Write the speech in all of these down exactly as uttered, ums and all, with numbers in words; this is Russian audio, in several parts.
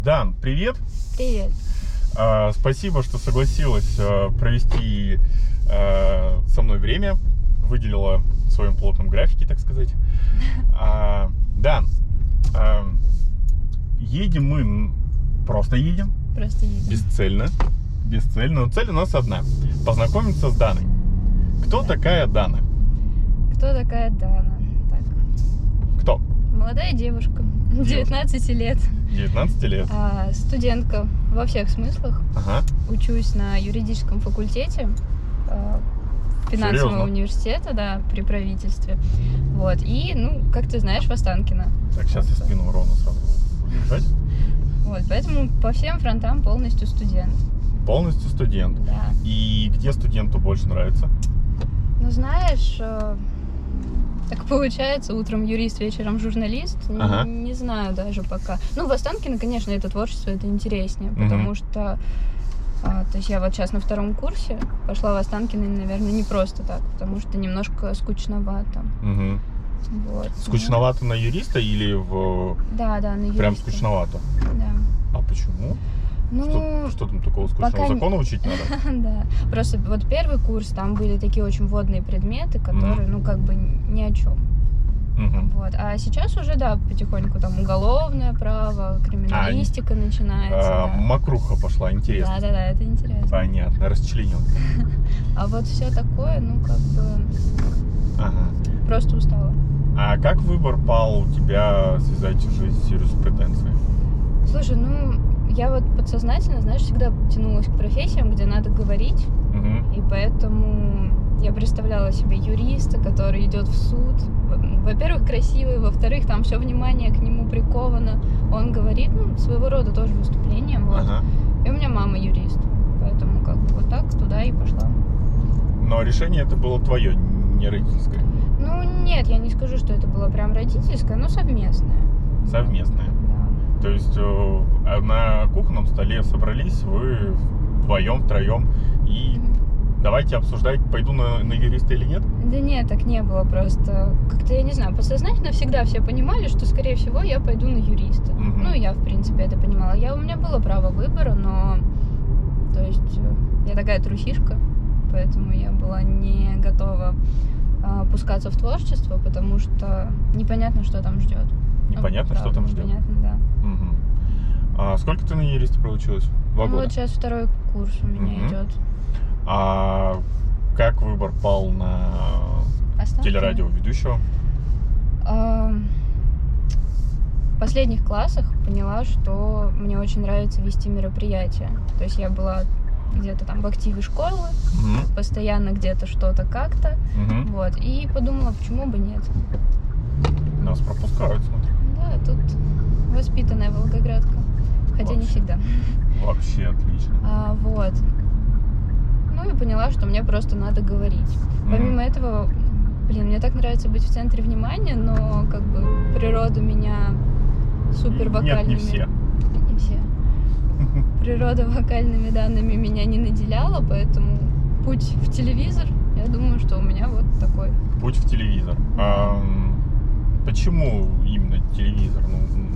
Дан, привет! Привет. А, спасибо, что согласилась а, провести а, со мной время, выделила в своем плотном графике, так сказать. А, Дан, а, едем мы, просто едем, Просто едем. бесцельно, бесцельно, но цель у нас одна – познакомиться с Даной. Кто такая Дана? Кто такая Дана? Так, Кто? молодая девушка, девятнадцать лет, девятнадцать лет. а, студентка во всех смыслах. Ага. Учусь на юридическом факультете а, финансового Серьезно? университета, да, при правительстве. Вот. И, ну, как ты знаешь, в Останкино. Так, сейчас я спину ровно сразу буду держать. Вот, поэтому по всем фронтам полностью студент. Полностью студент. Да. И где студенту больше нравится? Ну, знаешь, э, так получается, утром юрист, вечером журналист. Н- Ага. Не знаю даже пока. Ну, в Останкино, конечно, это творчество, это интереснее, Мгм. потому что, а, то есть я вот сейчас на втором курсе пошла в Останкино, наверное, не просто так, потому что немножко скучновато. Угу. Вот. Скучновато на юриста или в... Ну, да, да, на юриста. Прям скучновато? Да. А почему? Ну, Что, что там такого скучного? пока не- Закона учить надо? да. Просто вот первый курс, там были такие очень вводные предметы, которые, ну, как бы ни о чем. Мгм. Вот. А сейчас уже, да, потихоньку там уголовное право, криминалистика начинается. А, да. Макруха пошла, интересно. Да, да, да, это интересно. Понятно, расчлененка. А вот все такое, ну, как бы Ага. просто устала. А как выбор пал у тебя связать жизнь с юриспруденцией? Слушай, ну, я вот подсознательно, знаешь, всегда тянулась к профессиям, где надо говорить, Мгм. и поэтому я представляла себе юриста, который идет в суд. Во- Во-первых, красивый, во-вторых, там все внимание к нему приковано. Он говорит, ну, своего рода тоже выступление, вот. Ага. И у меня мама юрист, поэтому как бы вот так туда и пошла. Но решение это было твое, не родительское, Ну, нет, я не скажу, что это было прям родительское, но совместное. совместное. Да. То есть э, на кухонном столе собрались вы вдвоем, втроем и давайте обсуждать, пойду на, на юриста или нет? Да нет, так не было просто. Как-то, я не знаю, подсознательно всегда все понимали, что, скорее всего, я пойду на юриста. Мгм. Ну, я, в принципе, это понимала. Я, у меня было право выбора, но... То есть, э, я такая трусишка, поэтому я была не готова а, пускаться в творчество, потому что непонятно, что там ждет. Непонятно, что там ждет. Непонятно, да. Мгм. А сколько ты на юриста проучилась? Два Ну, года. вот сейчас второй курс у меня Мгм. идет. А как выбор пал на Останкино. телерадиоведущего? А, В последних классах поняла, что мне очень нравится вести мероприятия. То есть я была где-то там в активе школы, Мгм. постоянно где-то что-то как-то, Мгм. вот, и подумала, почему бы нет. Нас пропускают, смотри. Да, тут воспитанная волгоградка, хотя не Вообще. всегда. Вообще отлично. А, вот. Ну и поняла, что мне просто надо говорить. Мгм. Помимо этого, блин, мне так нравится быть в центре внимания, но как бы природа меня супер вокальными... Нет, не все. Не все. Природа вокальными данными меня не наделяла, поэтому путь в телевизор, я думаю, что у меня вот такой. Путь в телевизор. А, м, почему именно телевизор? Ну, м,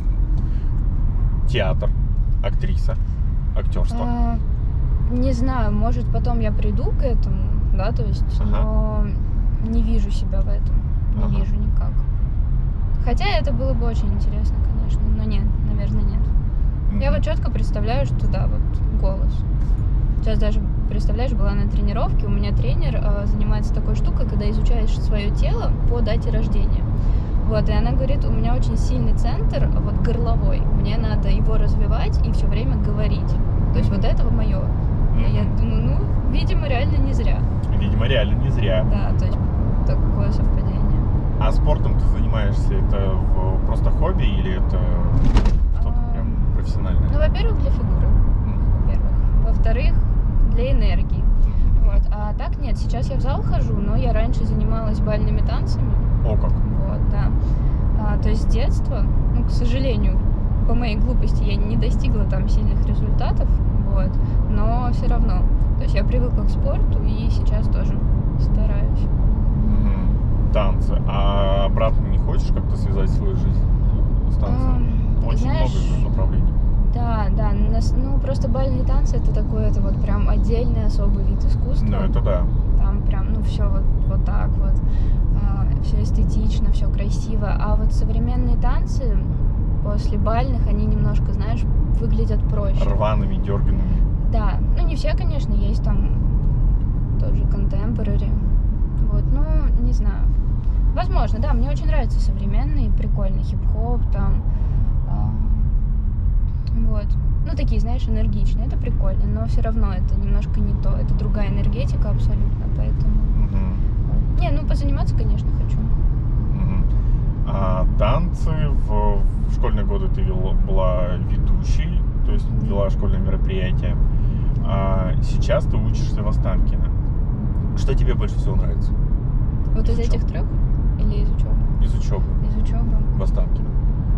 театр, актриса, актерство. А, не знаю, может потом я приду к этому, да, то есть, Ага. но не вижу себя в этом, не Ага. вижу никак. Хотя это было бы очень интересно, конечно, но нет, наверное, нет. Я Мгм. вот четко представляю, что да, вот голос. Сейчас даже, представляешь, была на тренировке, у меня тренер э, занимается такой штукой, когда изучаешь свое тело по дате рождения. Вот, и она говорит, у меня очень сильный центр, а вот горловой, мне надо его развивать и все время говорить. То есть Мгм. вот этого мое. И я Мгм. думаю, ну, видимо, реально не зря. Видимо, реально не зря. Да, то есть такое совпадение. А спортом ты занимаешься, это в- просто хобби или это что-то А, прям профессиональное? Ну, во-первых, для фигуры, Мгм. во-первых. Во-вторых, для энергии. Вот. А так нет, сейчас я в зал хожу, но я раньше занималась бальными танцами. О, как. Вот, да. А, то есть с детства, ну, к сожалению, по моей глупости я не достигла там сильных результатов, вот, но все равно. То есть я привыкла к спорту и сейчас тоже стараюсь. Мгм. Танцы. А обратно не хочешь как-то связать свою жизнь с танцами? А, Очень знаешь, много же направлений. Да, да, нас- ну просто бальные танцы это такой, это вот прям отдельный особый вид искусства. Ну, это да. Там прям, ну все вот, вот так вот, все эстетично, все красиво. А вот современные танцы после бальных, они немножко, знаешь, выглядят проще. Рваными, дерганными. Да, ну не все, конечно, есть там тот же contemporary. Вот, ну, не знаю. Возможно, да, мне очень нравится современный, прикольный хип-хоп там. а, Вот. Ну, такие, знаешь, энергичные, это прикольно, но все равно это немножко не то, это другая энергетика абсолютно, поэтому... Мгм. вот. Не, ну, позаниматься, конечно, хочу. Мгм. А танцы в, в школьные годы ты вела, была ведущей, то есть Мгм. вела школьные мероприятия. А сейчас ты учишься в Останкино. Что тебе больше всего нравится Вот Из из этих учёбы. трех? Или из учебы? из учебы Из учебы. в Останкино?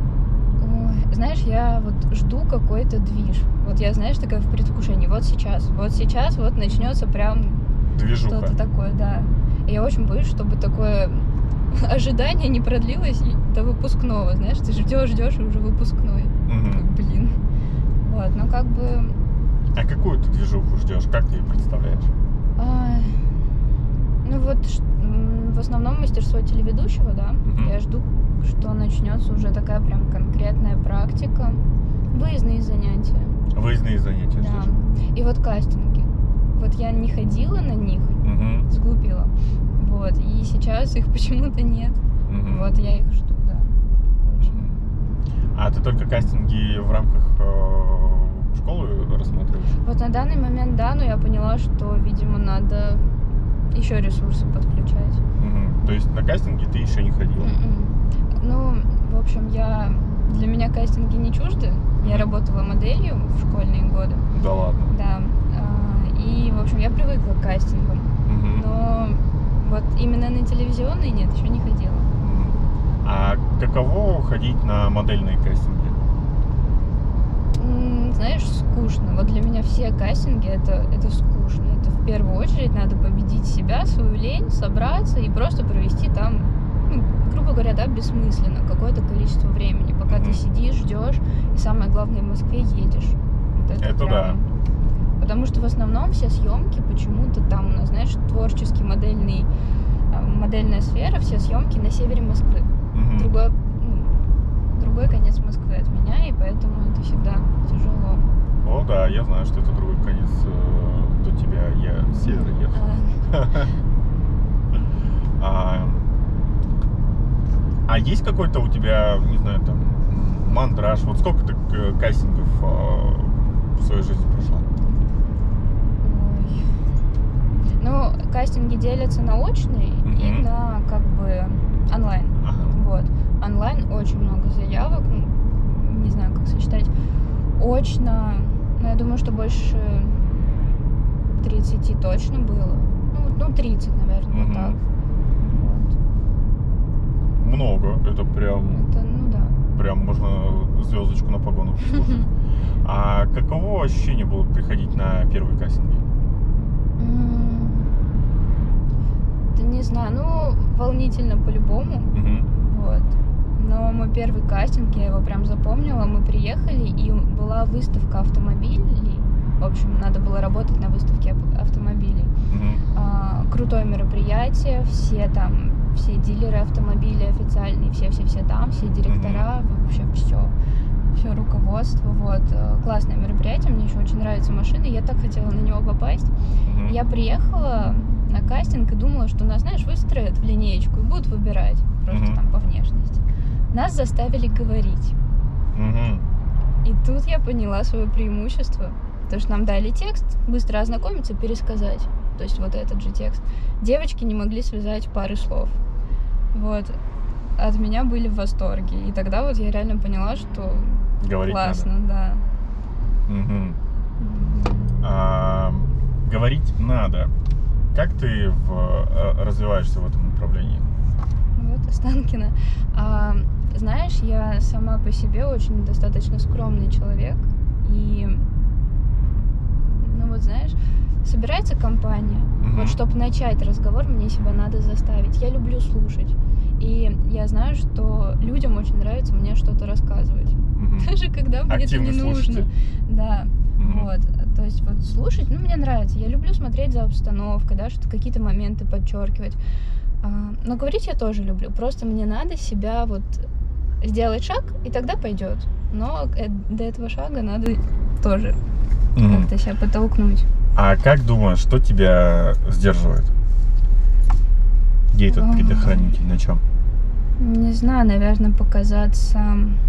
Ой, знаешь, я вот жду какой-то движ. Вот я, знаешь, такая в предвкушении. Вот сейчас, вот сейчас вот начнется прям Движуха. что-то такое, да. И я очень боюсь, чтобы такое ожидание не продлилось и до выпускного, знаешь, ты ждешь, ждешь, и уже выпускной. Мгм. Такой, блин. Вот, ну как бы... А какую ты движуху ждешь? Как ты ее представляешь? ай, ну вот ш- м, в основном мастерство телеведущего, да. Мгм. Я жду, что начнется уже такая прям конкретная практика, выездные занятия. Выездные занятия Да. ждешь? И вот кастинги. Вот я не ходила на них, Мгм. сглупила. Вот. И сейчас их почему-то нет. Мгм. Вот я их жду, да. Очень. Мгм. А ты только кастинги в рамках э, школы рассматриваешь? Вот на данный момент, да, но я поняла, что, видимо, надо еще ресурсы подключать. Мгм. То есть на кастинги ты еще не ходила? М-м. Ну, в общем, я... Для меня кастинги не чужды. Я Мгм. работала моделью в школьные годы. Да ладно. Да. А, И, в общем, я привыкла к кастингам. Мгм. Но вот именно на телевизионные нет, еще не ходила. Мгм. А каково ходить на модельные кастинги? М, Знаешь, скучно. Вот для меня все кастинги это, это скучно. Это в первую очередь надо победить себя, свою лень, собраться и просто провести там, ну, грубо говоря, да, бессмысленно какое-то количество времени, пока ты Мгм. сидишь, ждешь, и самое главное, в Москве едешь. Вот Это да. Потому что в основном все съемки почему-то там, у нас, знаешь, творческий модельный, а, модельная сфера, все съемки на севере Москвы. Мгм. Другой, ну, другой конец Москвы от меня, и поэтому это всегда тяжело. О, да, я знаю, что это другой конец э, до тебя. Я с севера ехал. А, А, а есть какой-то у тебя, не знаю, там, мандраж? Вот сколько ты э, кастингов э, в своей жизни прошла? ой. Ну, кастинги делятся на очные и Мгм. на как бы онлайн. Ага. Вот. Онлайн очень много заявок, ну, не знаю, как сочетать. Очно, ну, я думаю, что больше тридцати точно было. Ну, ну тридцать, наверное, Мгм. вот так. Вот. Много. Это прям, Это, ну да. прям можно звездочку на погону прислужить. А каково ощущение было приходить на первые кастинги? М, Да не знаю, ну, волнительно по-любому. Мгм. Вот. Но мой первый кастинг, я его прям запомнила. Мы приехали, и была выставка автомобилей. В общем, надо было работать на выставке ав- автомобилей. Мгм. А, крутое мероприятие, все там, все дилеры автомобилей официальные, все-все-все там, все директора, вообще все, все руководство, вот. Э, Классное мероприятие, мне еще очень нравятся машины, я так хотела на него попасть. Мгм. Я приехала на кастинг и думала, что нас, знаешь, выстроят в линеечку и будут выбирать просто Мгм. там по внешности. Нас заставили говорить. Мгм. И тут я поняла свое преимущество. Потому что нам дали текст, быстро ознакомиться, пересказать. То есть вот этот же текст. Девочки не могли связать пары слов. Вот. От меня были в восторге. И тогда вот я реально поняла, что Говорить классно, да. надо. Мгм. А, говорить надо. Как ты в, э, развиваешься в этом направлении? Вот, Останкино. А, знаешь, я сама по себе очень достаточно скромный человек. И, ну вот знаешь, собирается компания. Мгм. Вот чтобы начать разговор, мне себя надо заставить. Я люблю слушать. И я знаю, что людям очень нравится мне что-то рассказывать. Мгм. Даже когда мне Активный это не слушатель. нужно. Да. Мгм. Вот. То есть вот слушать, ну, мне нравится. Я люблю смотреть за обстановкой, да, что какие-то моменты подчеркивать. А, но говорить я тоже люблю. Просто мне надо себя вот сделать шаг, и тогда пойдет. Но э, до этого шага надо тоже Мгм. как-то себя подтолкнуть. А как думаешь, что тебя сдерживает? Где этот А. предохранитель? На чем? Не знаю, наверное, показаться...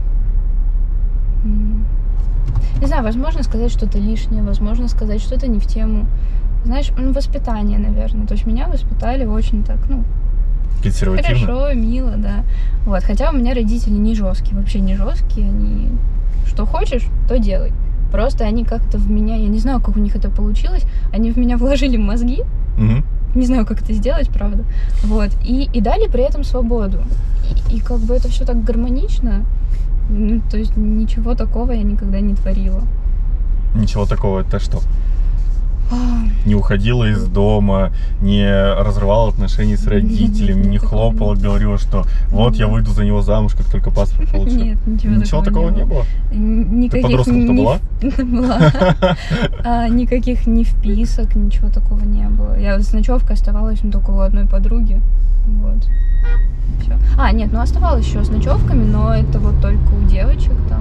м, Не знаю, возможно сказать что-то лишнее, возможно сказать что-то не в тему. Знаешь, ну, воспитание, наверное. То есть меня воспитали очень так, ну, Консервативно? хорошо, мило, да. Вот, хотя у меня родители не жесткие, вообще не жесткие. Они что хочешь, то делай. Просто они как-то в меня, я не знаю, как у них это получилось, они в меня вложили мозги, Мгм. не знаю, как это сделать, правда. Вот. И, и дали при этом свободу. И, и как бы это все так гармонично. Ну, то есть ничего такого я никогда не творила. Ничего такого, это что? А, Не уходила из дома, не разрывала отношения с родителями, не Такого хлопала, нет. говорила, что вот я выйду за него замуж, как только паспорт получу. Нет, ничего, Ничего такого не было? Н- Никаких подростком-то ни- была? Была. А, никаких ни вписок, ничего такого не было. Я с ночевкой оставалась ну, только у одной подруги. Вот. Всё. А, нет, ну оставалась еще с ночевками, но это вот только у девочек там.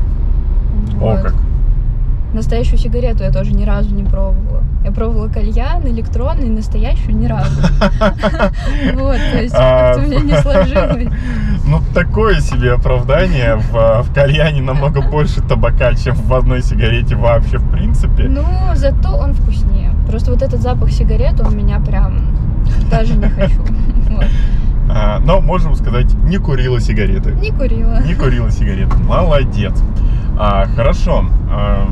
О, Вот. как. Настоящую сигарету я тоже ни разу не пробовала. Я пробовала кальян, электронный, настоящую ни разу. Вот, то есть А, как-то у меня не сложилось. Ну, такое себе оправдание. В, в кальяне намного больше табака, чем в одной сигарете вообще в принципе. Ну, зато он вкуснее. Просто вот этот запах сигарет, он меня прям даже не хочу. Вот. А, но, можем сказать, не курила сигареты. Не курила. Не курила сигареты. Молодец. А, хорошо. А,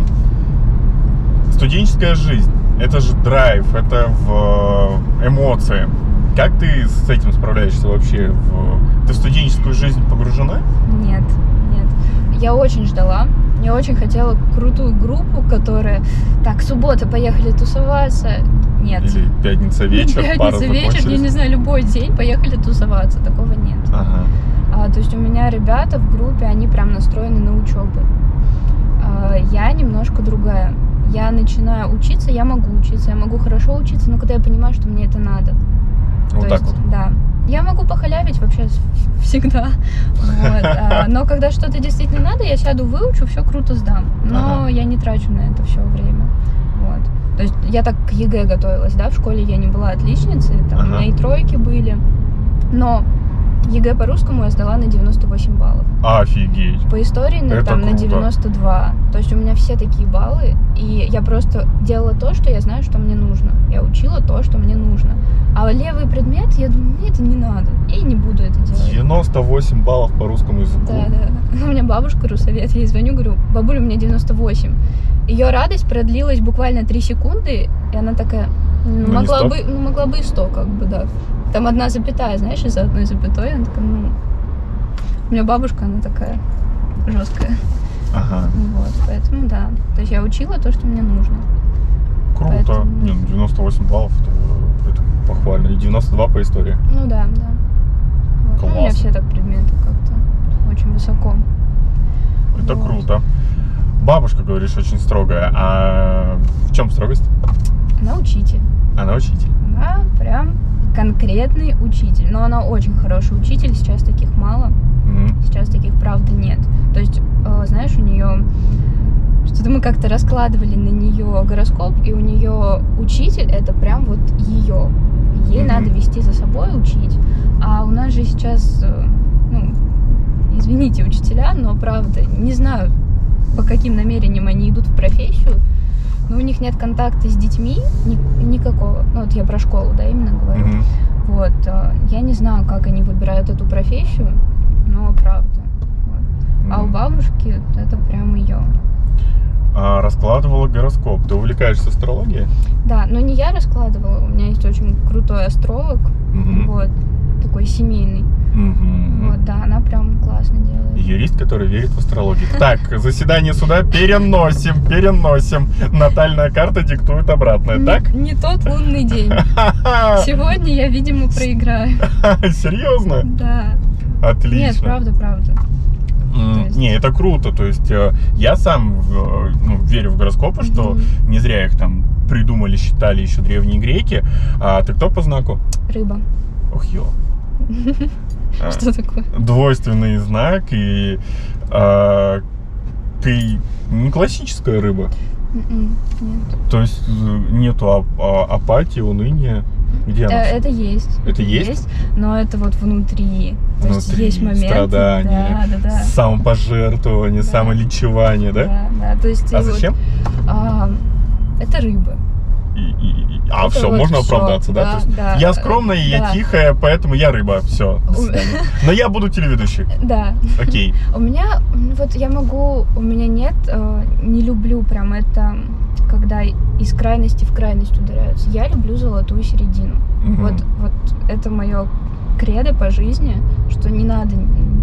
студенческая жизнь. Это же драйв, это в эмоции. Как ты с этим справляешься вообще? В... Ты в студенческую жизнь погружена? Нет, нет. Я очень ждала. Я очень хотела крутую группу, которая... Так, суббота, поехали тусоваться. Нет. Или пятница вечер, пара Пятница вечер, я закончились? не знаю, любой день поехали тусоваться. Такого нет. Ага. А, то есть у меня ребята в группе, они прям настроены на учебу. А, я немножко другая. Я начинаю учиться, я могу учиться, я могу хорошо учиться, но когда я понимаю, что мне это надо. Вот То так есть, вот. да. Я могу похалявить вообще с- всегда. Вот. А, но когда что-то действительно надо, я сяду, выучу, все круто сдам. Но Ага. я не трачу на это все время. Вот. То есть я так к ЕГЭ готовилась, да, в школе я не была отличницей, там у Ага. меня и тройки были. Но ЕГЭ по русскому я сдала на девяносто восемь баллов. Офигеть. По истории на, Это там, на круто. девяносто два. То есть у меня все такие баллы, и я просто делала то, что я знаю, что мне нужно. Я учила то, что мне нужно. А левый предмет, я думаю, мне это не надо, и не буду это делать. девяносто восемь баллов по русскому языку. Да, да, да. У меня бабушка русовед, я ей звоню, говорю, бабуля, у меня девяносто восемь. Ее радость продлилась буквально три секунды, и она такая, «Ну, Ну, не могла сто. бы, ну, могла бы и сто, как бы, да. Там одна запятая, знаешь, из-за одной запятой, она такая, ну... У меня бабушка, она такая жесткая. Ага. Вот, поэтому да. То есть я учила то, что мне нужно. Круто. Поэтому- Не, ну девяносто восемь баллов, это, это похвально. И девяносто два по истории. Ну да, да. Вот. Ну, у меня Класс. все так предметы как-то очень высоко. Это Вот. круто. Бабушка, говоришь, очень строгая. А в чем строгость? Она учитель. Она учитель. Она прям конкретный учитель. Но она очень хороший учитель, сейчас таких мало. Мгм. Сейчас таких, правда, нет. То есть, э, знаешь, у нее... Что-то мы как-то раскладывали на нее гороскоп, и у нее учитель это прям вот ее. Ей Мгм. надо вести за собой, учить. А у нас же сейчас, э, ну, извините, учителя, но правда, не знаю, по каким намерениям они идут в профессию, но у них нет контакта с детьми ни- никакого. Ну, вот я про школу, да, именно говорю. Мгм. Вот, э, я не знаю, как они выбирают эту профессию, но правда. Вот. А у Мгм. бабушки это прям ее. А, раскладывала гороскоп. Ты увлекаешься астрологией? Да, но не я раскладывала, у меня есть очень крутой астролог, Мгм. вот, такой семейный. Мгм. Вот, да, она прям классно делает. Юрист, который верит в астрологию. Так, заседание суда переносим, переносим. Натальная карта диктует обратное, Не- так? Не тот лунный день. Сегодня я, видимо, проиграю. Серьезно? Да. Отлично. Нет, правда, правда. Mm, есть... Не, это круто. То есть э, я сам э, ну, верю в гороскопы, mm-hmm. что не зря их там придумали, считали еще древние греки. А ты кто по знаку? Рыба. Ох, ё. Что такое? Двойственный знак, и а, ты не классическая рыба. Нет. То есть нету ап- а- апатии, уныния. Где она? Это есть. Это есть? есть? Но это вот внутри. То внутри есть есть моменты. Страдания, да, да, да. самопожертвование, да. самоличевание, да? Да, да. То есть, а вот, зачем? А, это рыба. И, и, и, а, это все, вот можно всё. оправдаться, да? да, То есть да я скромная, да. я тихая, поэтому я рыба, все. Но я буду телеведущей. Да. Окей. У меня, вот я могу, у меня нет, не люблю прям это, когда из крайности в крайность ударяются. Я люблю золотую середину. Угу. Вот, вот это мое кредо по жизни, что не надо,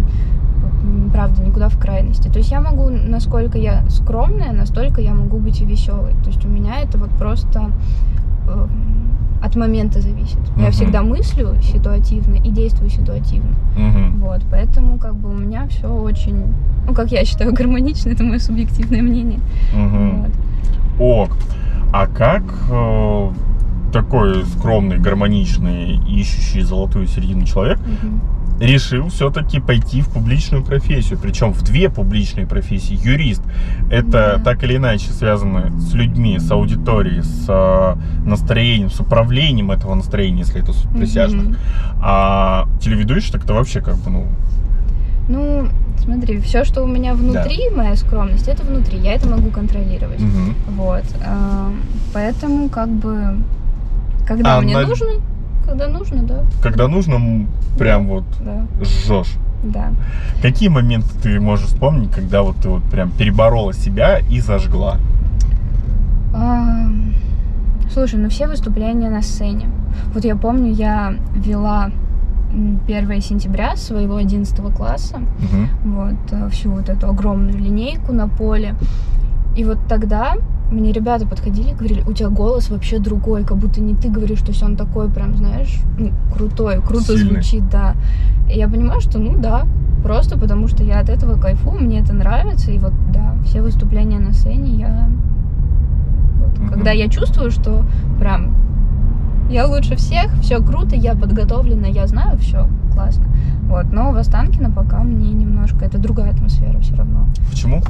правда, никуда в крайности. То есть я могу, насколько я скромная, настолько я могу быть и веселой. То есть у меня это вот просто э, от момента зависит. Uh-huh. Я всегда мыслю ситуативно и действую ситуативно. Uh-huh. Вот, поэтому как бы у меня все очень, ну, как я считаю, гармонично. Это мое субъективное мнение. Uh-huh. Вот. Ок. А как э, такой скромный, гармоничный, ищущий золотую середину человек uh-huh. решил все-таки пойти в публичную профессию, причем в две публичные профессии. Юрист – это да. так или иначе связано с людьми, с аудиторией, с э, настроением, с управлением этого настроения, если это суд присяжных. Mm-hmm. А телеведущий – так это вообще как бы, ну… Ну, смотри, все, что у меня внутри, да. моя скромность, это внутри, я это могу контролировать. Mm-hmm. Вот. Э, поэтому как бы, когда а мне на... нужно… Когда нужно, да. Когда нужно, прям да, вот да. жжешь. Да. Какие моменты ты можешь вспомнить, когда вот ты вот прям переборола себя и зажгла? А, слушай, ну все выступления на сцене. Вот я помню, я вела первое сентября своего одиннадцатого класса, угу. вот, всю вот эту огромную линейку на поле. И вот тогда мне ребята подходили и говорили, у тебя голос вообще другой, как будто не ты говоришь, то есть он такой прям, знаешь, ну, крутой, круто Сильный. звучит, да. И я понимаю, что ну да, просто потому что я от этого кайфую, мне это нравится, и вот да, все выступления на сцене я, вот, mm-hmm. когда я чувствую, что прям я лучше всех, все круто, я подготовлена, я знаю, все классно. Вот, но в Останкино пока мне немножко, это другая атмосфера все равно. Почему?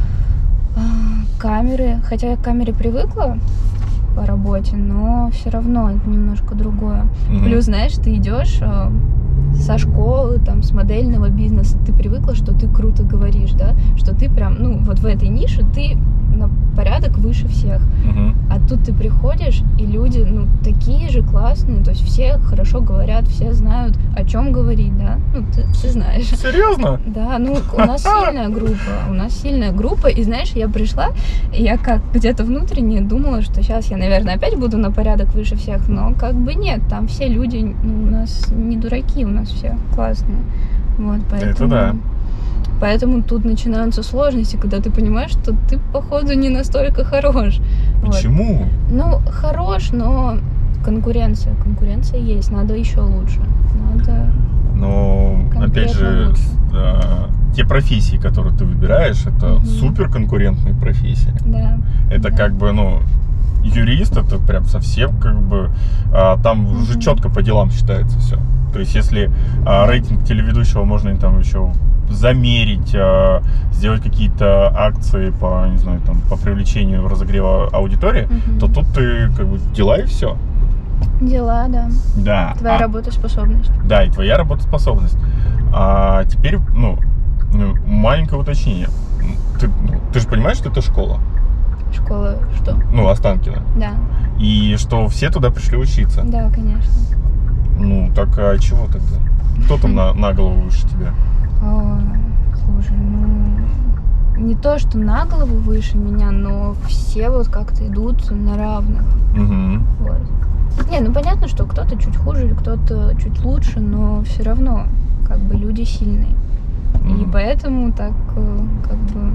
Камеры, хотя я к камере привыкла по работе, но все равно это немножко другое. Mm-hmm. Плюс, знаешь, ты идешь э, со школы, там, с модельного бизнеса, ты привыкла, что ты круто говоришь, да, что ты прям, ну, вот в этой нише ты на порядок выше всех. Mm-hmm. А тут ты приходишь, и люди, ну, такие же классные, то есть все хорошо говорят, все знают, о чем говорить, да, ну, ты, ты знаешь. Серьезно? Да, ну, у нас сильная группа, у нас сильная группа, и, знаешь, я пришла, и я как где-то внутренне думала, что сейчас я, наверное, опять буду на порядок выше всех, но как бы нет, там все люди, ну, у нас не дураки, у нас все классные, вот, поэтому... Это да. Поэтому тут начинаются сложности, когда ты понимаешь, что ты, походу, не настолько хорош. Почему? Вот. Ну, хорош, но конкуренция. Конкуренция есть, надо еще лучше. Надо Но, опять же, лучше. Э, те профессии, которые ты выбираешь, это угу. супер конкурентные профессии. Да. Это да. как бы, ну, юрист, это прям совсем как бы, а, там угу. уже четко по делам считается все. То есть, если а, рейтинг телеведущего можно там еще замерить, сделать какие-то акции по, не знаю, там, по привлечению разогрева аудитории, угу. то тут ты как бы дела и все. Дела, да. Да. Твоя а, работоспособность. Да, и твоя работоспособность. А теперь, ну, маленькое уточнение. Ты, ну, ты же понимаешь, что это школа? Школа что? Ну, Останкино. Да. И что все туда пришли учиться. Да, конечно. Ну, так а чего тогда? Кто там на, на голову выше тебя? О, слушай, ну, не то, что на голову выше меня, но все вот как-то идут на равных. Угу. Вот. Не, ну понятно, что кто-то чуть хуже, или кто-то чуть лучше, но все равно как бы люди сильные. Угу. И поэтому так как бы...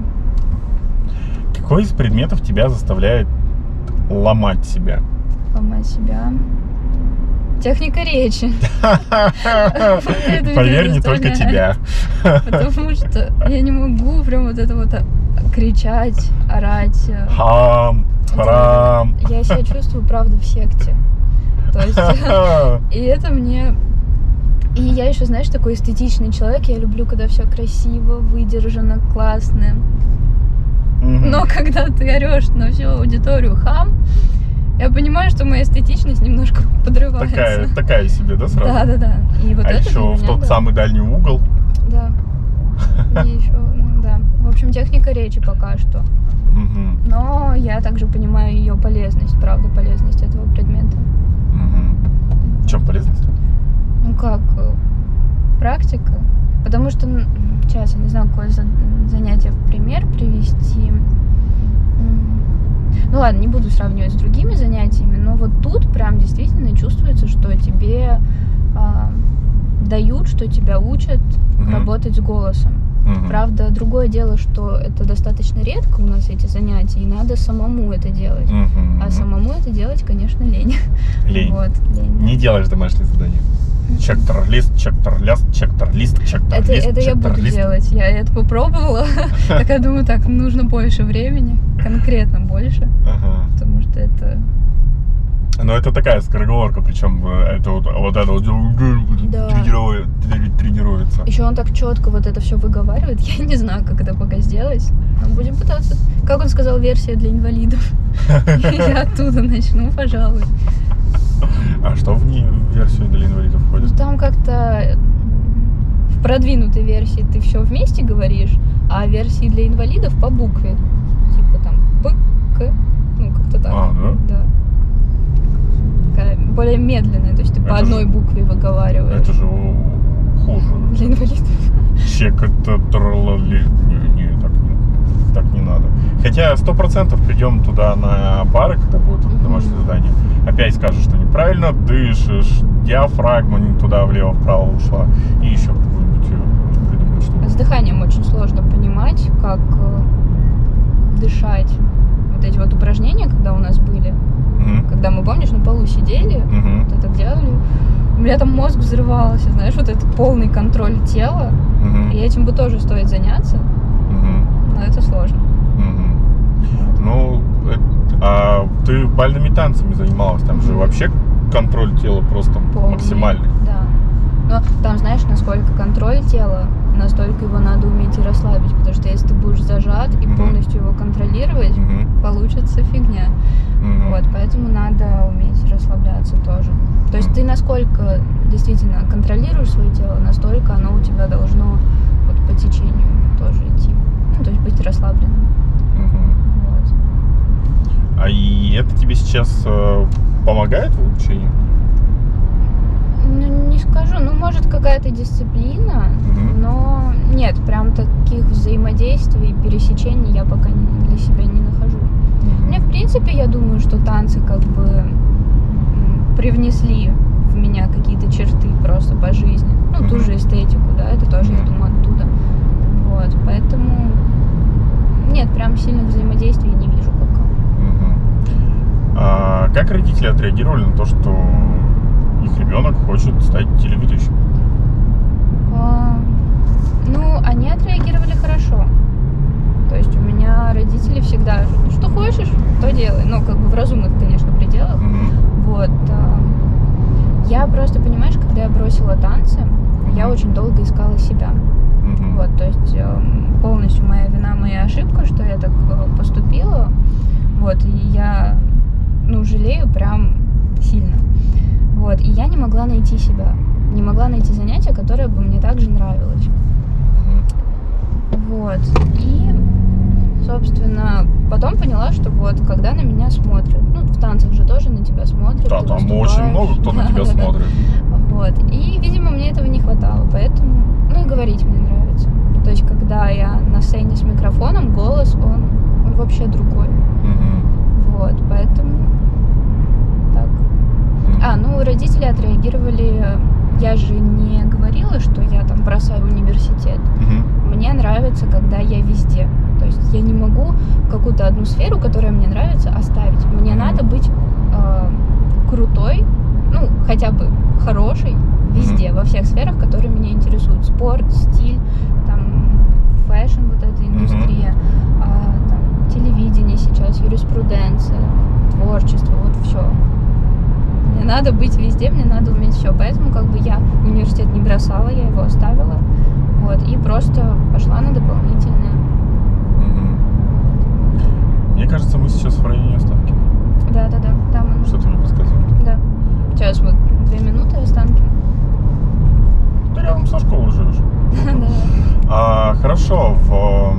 Какой из предметов тебя заставляет ломать себя? Ломать себя? Техника речи. Поверь, не только тебя. Потому что я не могу прям вот это вот кричать, орать. Хам, харам. Я себя чувствую, правда, в секте. То есть, и это мне... И я еще, знаешь, такой эстетичный человек. Я люблю, когда все красиво, выдержано, классно. Но когда ты орешь на всю аудиторию хам, я понимаю, что моя эстетичность немножко подрывается. Такая, такая себе, да, сразу? Да, да, да. И вот а это еще в тот да. самый дальний угол. Да. И еще, ну, да. В общем, техника речи пока что. Угу. Но я также понимаю ее полезность, правда, полезность этого предмета. Угу. В чем полезность? Ну как, практика. Потому что, сейчас я не знаю, какое занятие в пример привести. Ну ладно, не буду сравнивать с другими занятиями, но вот тут прям действительно чувствуется, что тебе а, дают, что тебя учат mm-hmm. работать с голосом. Mm-hmm. Правда, другое дело, что это достаточно редко у нас эти занятия, и надо самому это делать. Mm-hmm. А самому это делать, конечно, лень. Лень. Вот, лень. Не делаешь домашнее задание. Чектор-лист, чектор-лист, чектор-лист, чектор-лист. Это, это я буду делать. Я это попробовала. Так я думаю, так, нужно больше времени. Конкретно больше. Ага. Потому что это... Ну, это такая скороговорка, причем это вот, вот это вот да. тренируется. Еще он так четко вот это все выговаривает. Я не знаю, как это пока сделать. Но будем пытаться. Как он сказал, версия для инвалидов. Я оттуда начну, пожалуй. А что в ней в версию для инвалидов входит? Ну, там как-то в продвинутой версии ты все вместе говоришь, а в версии для инвалидов по букве. Типа там П, К, ну как-то так. А, да? Да. Такая более медленная, то есть ты это по одной же, букве выговариваешь. Это же хуже. Для инвалидов. Чек это тролли. Не, не, так не, так не надо. Хотя сто процентов придем туда на пары, когда будет mm-hmm. домашнее задание. Опять скажешь, что неправильно дышишь, диафрагма не туда, влево-вправо ушла. И еще какую-нибудь придумать штуку. С дыханием очень сложно понимать, как дышать. Вот эти вот упражнения, когда у нас были, mm-hmm. когда мы, помнишь, на полу сидели, mm-hmm. вот это делали, у меня там мозг взрывался, знаешь, вот этот полный контроль тела. Mm-hmm. И этим бы тоже стоит заняться, mm-hmm. но это сложно. Mm-hmm. Ну, а ты бальными танцами занималась, там же вообще контроль тела просто полный, максимальный. Да. Но там, знаешь, насколько контроль тела, настолько его надо уметь и расслабить, потому что если ты будешь зажат и mm-hmm. полностью его контролировать, mm-hmm. получится фигня. Mm-hmm. Вот, поэтому надо уметь расслабляться тоже. То есть mm-hmm. ты насколько действительно контролируешь свое тело, настолько оно у тебя должно вот по течению тоже идти. Ну, то есть быть расслабленным. А и это тебе сейчас э, помогает в обучении? Ну, не скажу. Ну, может, какая-то дисциплина, mm-hmm. но нет, прям таких взаимодействий, пересечений я пока для себя не нахожу. Mm-hmm. Мне, в принципе, я думаю, что танцы как бы привнесли в меня какие-то черты просто по жизни. Ну, mm-hmm. ту же эстетику, да, это тоже, mm-hmm. я думаю, оттуда. Вот, поэтому нет, прям сильных взаимодействий не вижу пока. А как родители отреагировали на то, что их ребенок хочет стать телеведущим? А, ну, они отреагировали хорошо. То есть у меня родители всегда, что хочешь, то делай. Ну, как бы в разумных, конечно, пределах. Mm-hmm. Вот. А, я просто, понимаешь, когда я бросила танцы, mm-hmm. я очень долго искала себя. Mm-hmm. Вот, то есть полностью моя вина, моя ошибка, что я так поступила. Вот, и я... ну, жалею прям сильно. Вот, и я не могла найти себя. Не могла найти занятие, которое бы мне также нравилось. Mm-hmm. Вот. И, собственно, потом поняла, что вот, когда на меня смотрят, ну, в танцах же тоже на тебя смотрят. Да, там очень много кто на тебя смотрит. Вот. И, видимо, мне этого не хватало, поэтому, ну, и говорить мне нравится. То есть, когда я на сцене с микрофоном, голос, он, он вообще другой. Mm-hmm. Вот, поэтому так. А, ну, родители отреагировали, я же не говорила, что я там бросаю университет. Mm-hmm. Мне нравится, когда я везде. То есть я не могу какую-то одну сферу, которая мне нравится, оставить. Мне mm-hmm. надо быть э, крутой, ну, хотя бы хороший везде, mm-hmm. во всех сферах, которые меня интересуют. Спорт, стиль, там, фэшн, вот эта индустрия, mm-hmm. а, там, телевидение сейчас, юриспруденция, творчество, вот все. Мне надо быть везде, мне надо уметь все. Поэтому как бы я университет не бросала, я его оставила. Вот, и просто пошла на дополнительное. Mm-hmm. Мне кажется, мы сейчас в районе Останкина. Да, да, да. Там. Что ты мне подсказывал? Да. Сейчас вот две минуты Останкино. Ты рядом со школой живешь. Да. А, хорошо, в,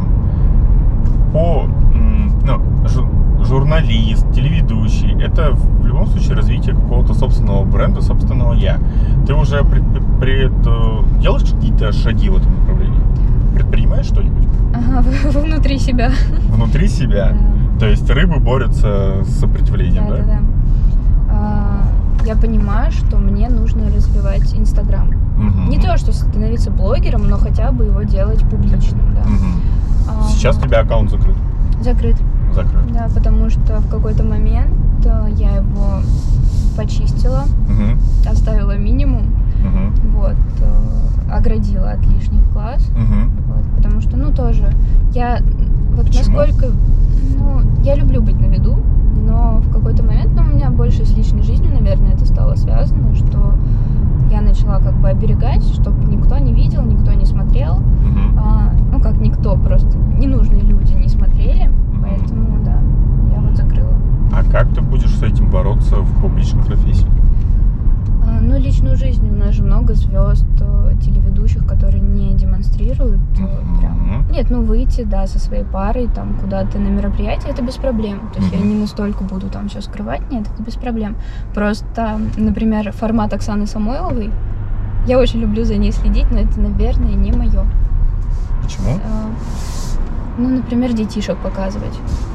по ну, журналист, телеведущий, это в любом случае развитие какого-то собственного бренда, собственного я. Ты уже пред, пред, делаешь какие-то шаги в этом направлении? Предпринимаешь что-нибудь? Ага, внутри себя. Внутри себя? Да. То есть рыбы борются с сопротивлением, да? Да, да, да. А, я понимаю, что мне нужно развивать Инстаграм. Угу. Не то, что становиться блогером, но хотя бы его делать публичным, да. Угу. А, Сейчас у тебя аккаунт закрыт? Закрыт. Закрыт. Да, потому что в какой-то момент я его почистила, угу. оставила минимум, угу. вот, оградила от лишних глаз, угу. вот, потому что, ну, тоже, я, вот Почему? насколько, ну, я люблю быть на виду, но в какой-то момент, ну, у меня больше с личной жизнью, наверное, это стало связано, что я начала как бы оберегать, чтобы никто не видел, никто не смотрел, угу. а, ну, как никто, просто ненужные люди не смотрели, угу. поэтому, да, я вот закрыла. А как ты будешь с этим бороться в публичной профессии? А, ну, личную жизнь, у нас же много звезд, телеведущих, которые не демонстрируют mm-hmm. прям. Нет, ну выйти, да, со своей парой там куда-то на мероприятие, это без проблем. То есть mm-hmm. я не настолько буду там все скрывать, нет, это без проблем. Просто, например, формат Оксаны Самойловой, я очень люблю за ней следить, но это, наверное, не мое. Почему? А, ну, например, детишек показывать.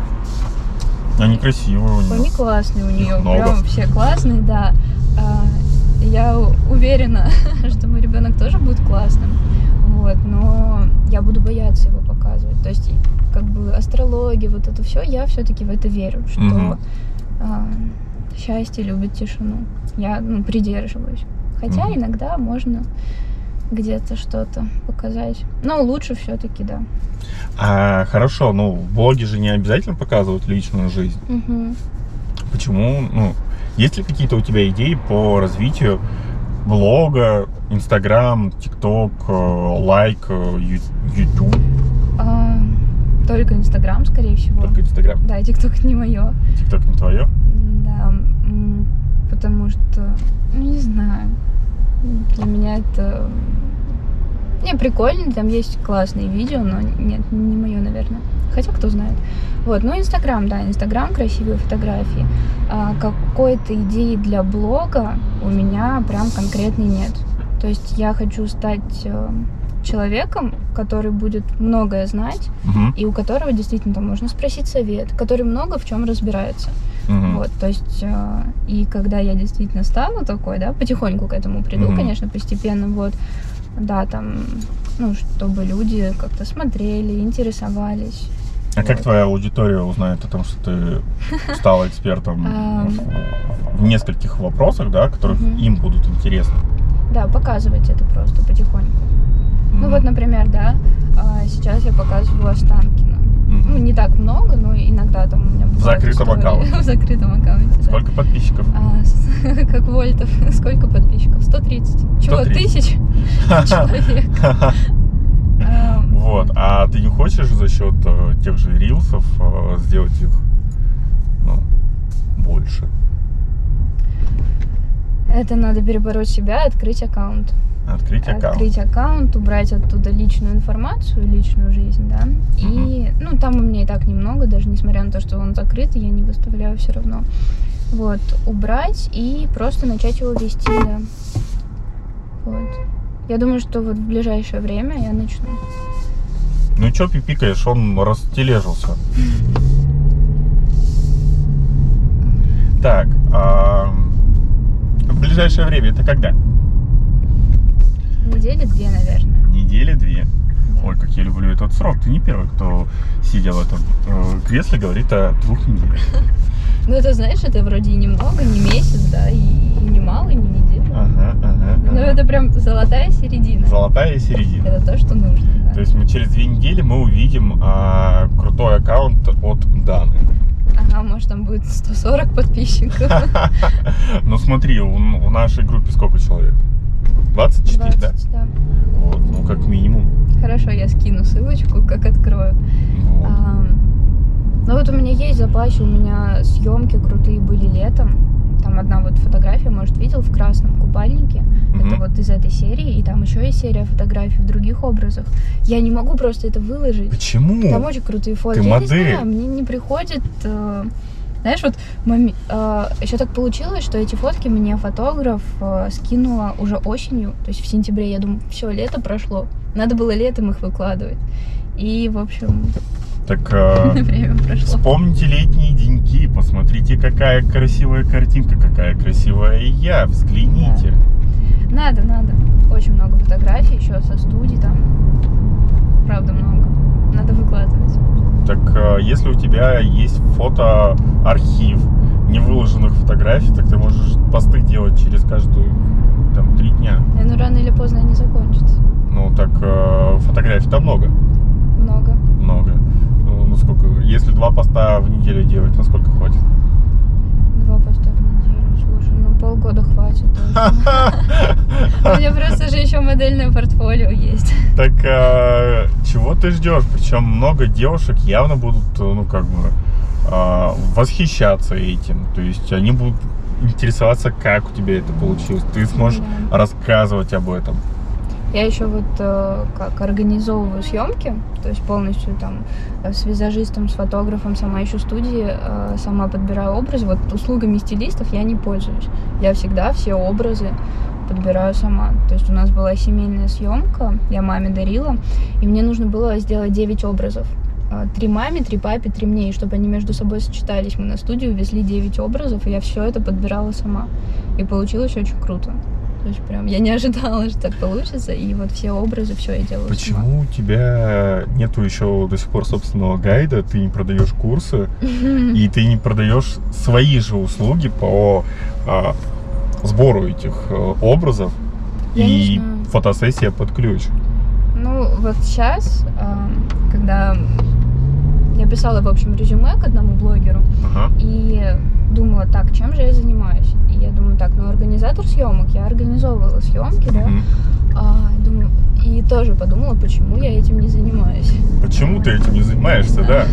Они красивые у нее. Они классные у нее, много. Прям все классные, да. А, я уверена, что мой ребенок тоже будет классным, вот, но я буду бояться его показывать. То есть, как бы астрология, вот это все, я все-таки в это верю, что mm-hmm. а, счастье любит тишину. Я, ну, придерживаюсь. Хотя mm-hmm. иногда можно где-то что-то показать. Но лучше все-таки, да. А, хорошо, ну, в блоге же не обязательно показывают личную жизнь. Mm-hmm. Почему? Ну, есть ли какие-то у тебя идеи по развитию блога, Инстаграм, ТикТок, Лайк, Ютуб? А, только Инстаграм, скорее всего. Только Инстаграм? Да, ТикТок не мое. ТикТок не твое? Да, потому что, ну, не знаю, для меня это... Не, прикольно, там есть классные видео, но нет, не мое, наверное. Хотя, кто знает. Вот, ну, Инстаграм, да, Инстаграм, красивые фотографии. А, какой-то идеи для блога у меня прям конкретной нет. То есть я хочу стать э, человеком, который будет многое знать, uh-huh. и у которого действительно там можно спросить совет, который много в чем разбирается. Uh-huh. Вот, то есть, э, и когда я действительно стану такой, да, потихоньку к этому приду, uh-huh. конечно, постепенно, вот, да, там, ну, чтобы люди как-то смотрели, интересовались. А вот. Как твоя аудитория узнает о том, что ты стала экспертом в нескольких вопросах, да, которых им будут интересны? Да, показывать это просто потихоньку. Ну вот, например, да, сейчас я показываю Останкино. Ну, не так много, но иногда там у меня бывает. В закрытом аккаунте. В закрытом аккаунте, да. Сколько подписчиков? А, как Вольтов. Сколько подписчиков? сто тридцать. Чего, тысяч человек? Вот. А ты не хочешь за счет тех же рилсов сделать их, ну, больше? Это надо перебороть себя, открыть аккаунт. Открыть аккаунт. Открыть аккаунт, убрать оттуда личную информацию, личную жизнь, да. И, uh-huh. ну, там у меня и так немного, даже несмотря на то, что он закрыт, я не выставляю все равно. Вот, убрать и просто начать его вести, да. Вот. Я думаю, что вот в ближайшее время я начну. Ну, чё пипикаешь, он растележился. Так, а... в ближайшее время это когда? Недели две, наверное. Недели две. Да. Ой, как я люблю этот срок. Ты не первый, кто, сидя в этом э, кресле, говорит о двух неделях. Ну, это, знаешь, это вроде и немного, не месяц, да, и, и не снимал и не неделю. Ага, ага. Ну, ага. это прям золотая середина. Золотая середина. Это то, что нужно. Да. То есть мы через две недели мы увидим а, крутой аккаунт от Даны. Ага, может там будет сто сорок подписчиков. Ну смотри, в нашей группе сколько человек? двадцать четыре, да? двадцать, да? Вот, ну как минимум. Хорошо, я скину ссылочку, как открою. Вот. А, ну вот у меня есть запасе, у меня съемки крутые были летом. Там одна вот фотография, может, видел, в красном купальнике. Мгм. Это вот из этой серии. И там еще есть серия фотографий в других образах. Я не могу просто это выложить. Почему? Там очень крутые фотки. Ты Я модель. не знаю, мне не приходит... э, Знаешь, вот моми- э, еще так получилось, что эти фотки мне фотограф э, скинула уже осенью, то есть в сентябре. Я думаю, все, лето прошло. Надо было летом их выкладывать. И, в общем, Так а, время прошло. вспомните летние деньки, посмотрите, какая красивая картинка, какая красивая я, взгляните. Надо, надо. Очень много фотографий еще со студий там. Правда, много. Надо выкладывать. Так а, если у тебя есть фотоархив невыложенных фотографий, так ты можешь посты делать через каждую там три дня. И, ну, рано или поздно они закончатся. Ну так а, фотографий-то много. Много. Много. Ну, ну, сколько? Если два поста в неделю делать, насколько хватит? Два поста в неделю. Слушай, ну полгода хватит точно. У меня просто же еще модельное портфолио есть. Так а, чего ты ждешь? Причем много девушек явно будут, ну как бы, а, восхищаться этим. То есть они будут интересоваться, как у тебя это получилось. Ты сможешь Да. рассказывать об этом. Я еще вот э, как организовываю съемки, то есть полностью там э, с визажистом, с фотографом, сама ищу студии, э, сама подбираю образы. Вот услугами стилистов я не пользуюсь. Я всегда все образы подбираю сама. То есть у нас была семейная съемка, я маме дарила, и мне нужно было сделать девять образов. Э, Три маме, три папе, три мне, и чтобы они между собой сочетались. Мы на студию везли девять образов, и я все это подбирала сама. И получилось очень круто. То есть прям я не ожидала, что так получится, и вот все образы, все я делаю сама. Почему у тебя нету еще до сих пор собственного гайда, ты не продаешь курсы, и ты не продаешь свои же услуги по а, сбору этих а, образов Я не и знаю. фотосессия под ключ? Ну, вот сейчас, а, когда я писала, в общем, резюме к одному блогеру, Ага. и думала, так, чем же я занимаюсь? И я думаю, так, ну, организатор съемок, я организовывала съемки, да, Мгм. а, думаю, и тоже подумала, почему я этим не занимаюсь. Почему ты этим не занимаешься, да?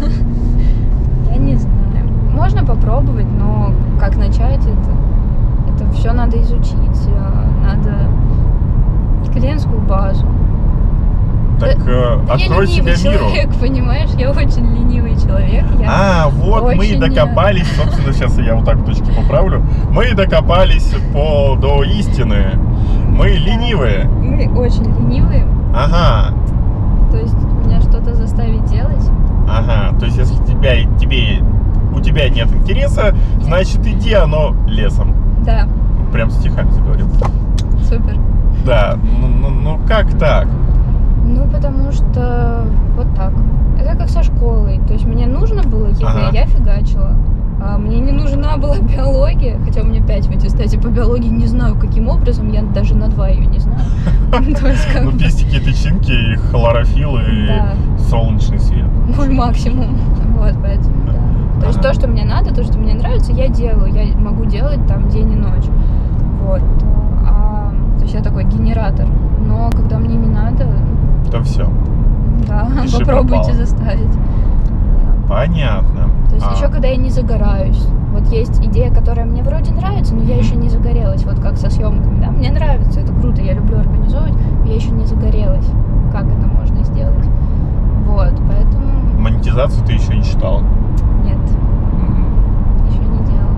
Я не знаю. Можно попробовать, но как начать это? Это все надо изучить, а, надо клиентскую базу. Так э, Да я открой ленивый себя миру. человек, понимаешь? Я очень ленивый человек. Я А, вот мы и очень, докопались, собственно, сейчас я вот так точки поправлю. Мы и докопались по, до истины. Мы ленивые. Мы очень ленивые. Ага, То есть меня что-то заставить делать. ага. То есть если тебя, тебе, у тебя нет интереса, значит иди оно лесом. Да, Прям стихами заговорил. супер. Да, ну, ну, ну как так? Ну, потому что вот так. Это как со школой. То есть мне нужно было ЕГЭ, Ага. я фигачила. А мне не нужна была биология, хотя у меня пять в аттестате по биологии, не знаю каким образом, я даже на два ее не знаю. То есть как Ну, бы пестики, тычинки, и хлорофилл и Да. солнечный свет. мой максимум. Вот, поэтому, да. То есть Ага. то, что мне надо, то, что мне нравится, я делаю. Я могу делать там день и ночь. Вот. А, то есть я такой генератор. Но когда мне не надо, То все. да, Пиши попробуйте пропало. заставить. Да. Понятно. То есть А, еще когда я не загораюсь. Вот есть идея, которая мне вроде нравится, но я Мгм. еще не загорелась. Вот как со съемками, да. Мне нравится, это круто, я люблю организовывать, но я еще не загорелась. Как это можно сделать? Вот, поэтому монетизацию ты еще не читала. нет, Мгм. еще не делала.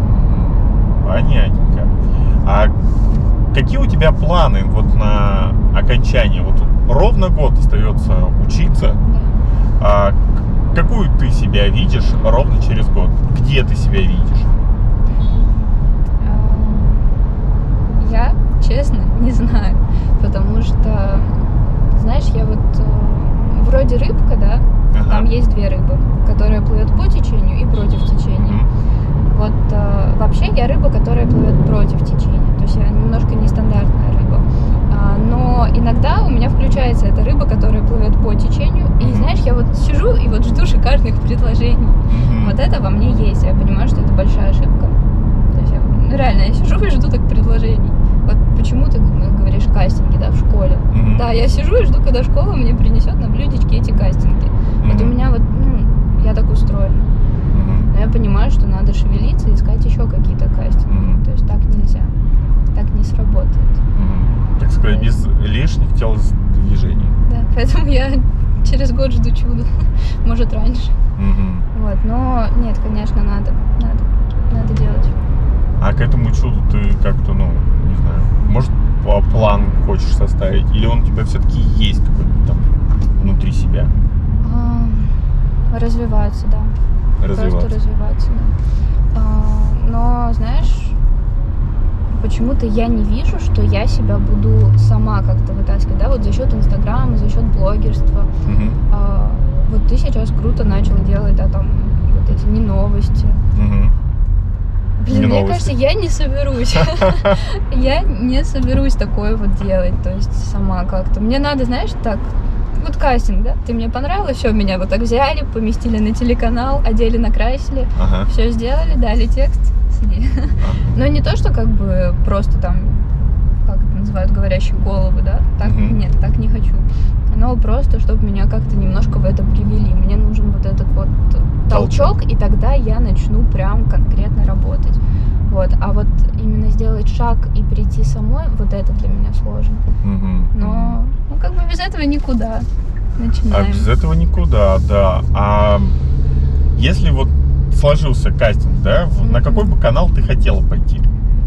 Понятненько. А какие у тебя планы вот на окончание? Вот ровно год остается учиться. Да. А к- какую ты себя видишь ровно через год? Где ты себя видишь? А, Я, честно, не знаю, потому что, знаешь, я вот э, вроде рыбка, да, Ага. там есть две рыбы, которые плывут по течению и против течения. Мгм. Вот э, вообще я рыба, которая плывет против течения. это во мне есть. Я понимаю, что это большая ошибка. То есть я, ну, реально, я сижу и жду так предложений. Вот почему ты говоришь кастинги, да, в школе? Mm-hmm. Да, я сижу и жду, когда школа мне принесет на блюдечке эти кастинги. Mm-hmm. Вот у меня вот, ну, я так устроена. Mm-hmm. Но я понимаю, что надо шевелиться и искать еще какие-то кастинги. Mm-hmm. То есть так нельзя. Так не сработает. Mm-hmm. Так сказать, без лишних телодвижений. Да, поэтому я через год жду чуда. Может, раньше. Mm-hmm. Вот, но нет, конечно, надо. Надо. Надо делать. А к этому чуду ты как-то, ну, не знаю, может, план хочешь составить? Или он у тебя все-таки есть какой-то там внутри себя? А, развиваться, да. Развиваться. Просто развиваться, да. А, но, знаешь, почему-то я не вижу, что я себя буду сама как-то вытаскивать, да, вот за счет Инстаграма, за счет блогерства. Угу. А, вот ты сейчас круто начал делать, да, там, вот эти не новости. Угу. Блин, не мне новости. Кажется, я не соберусь. Я не соберусь такое вот делать, то есть сама как-то. Мне надо, знаешь, так, вот кастинг, да, ты мне понравилась, все, меня вот так взяли, поместили на телеканал, одели, накрасили, ага. все сделали, дали текст, сиди. Ага. Но не то, что как бы просто там, как это называют, говорящие головы, да, так, угу. Нет, так не хочу. Но просто, чтобы меня как-то немножко в это привели. Мне нужен вот этот вот толчок, и тогда я начну прям конкретно работать. Вот. А вот именно сделать шаг и прийти самой, вот это для меня сложно. Угу. Но, ну, как бы без этого никуда. Начинаем. А без этого никуда, да. А если вот сложился кастинг, да, mm-hmm. на какой бы канал ты хотела пойти?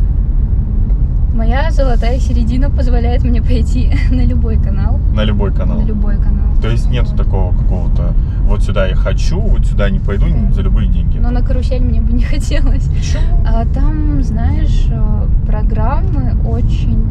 Моя золотая середина позволяет мне пойти на любой канал. На любой канал? На любой канал. То есть нету такого какого-то, вот сюда я хочу, вот сюда не пойду да. За любые деньги? Но на карусель мне бы не хотелось. Почему? А там, знаешь, программы очень,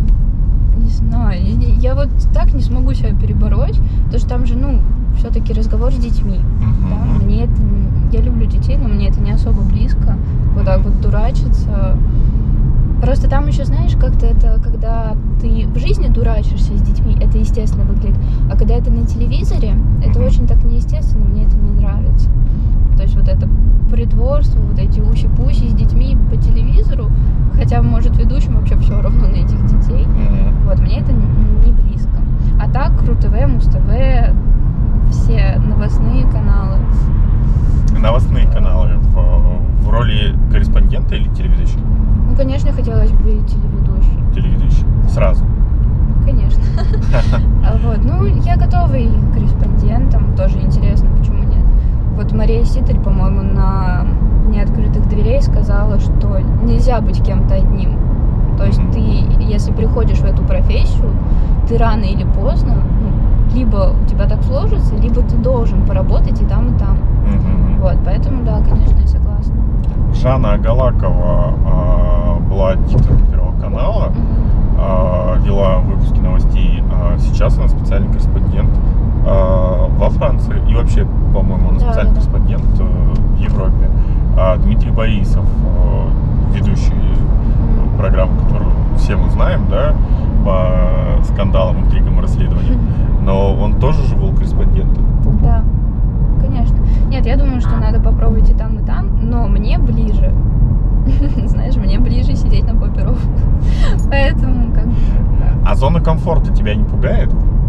не знаю, я вот так не смогу себя перебороть, потому что там же, ну, все-таки разговор с детьми. Uh-huh. Да? Мне это, я люблю детей, но мне это не особо близко. Вот так вот дурачиться. Просто там еще, знаешь, как-то это, когда ты в жизни дурачишься с детьми, это естественно выглядит. А когда это на телевизоре, это mm-hmm. очень так неестественно, мне это не нравится. То есть вот это притворство, вот эти уси-пуси с детьми по телевизору, хотя, может, ведущим вообще все равно на этих детей. Mm-hmm. Вот, мне это не близко. А так, РУ-ТВ, Муз-ТВ, все новостные каналы. Новостные каналы в, в роли корреспондента или телеведущего? Ну, конечно, хотелось бы и телеведущий. Телеведущий. Сразу? Конечно. Вот. Ну, я готова и корреспондентом. Тоже интересно, почему нет. Вот Мария Ситарь, по-моему, на Дне открытых дверей сказала, что нельзя быть кем-то одним. То есть ты, если приходишь в эту профессию, ты рано или поздно, ну, либо у тебя так сложится, либо ты должен поработать и там, и там. Вот. Поэтому, да, конечно, я согласна. Жанна Агалакова э, была диктором Первого канала, э, вела выпуски новостей, а сейчас она специальный корреспондент э, во Франции. И вообще, по-моему, она специальный да, да, корреспондент э, в Европе. А Дмитрий Борисов, э, ведущий э, программы, которую все мы знаем, да, по скандалам, интригам и расследованиям, но он тоже же был корреспондентом. Да. Конечно. Нет, я думаю, что надо попробовать и там, и там, но мне ближе. Знаешь, мне ближе сидеть на попе ровно. Поэтому как бы... А зона комфорта тебя не пугает?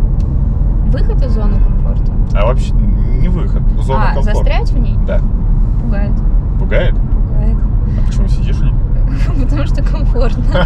Выход из зоны комфорта? А вообще не выход, зона а, комфорта. А, застрять в ней? Да. Пугает. Пугает? Пугает. А почему сидишь в ней? Потому что комфортно.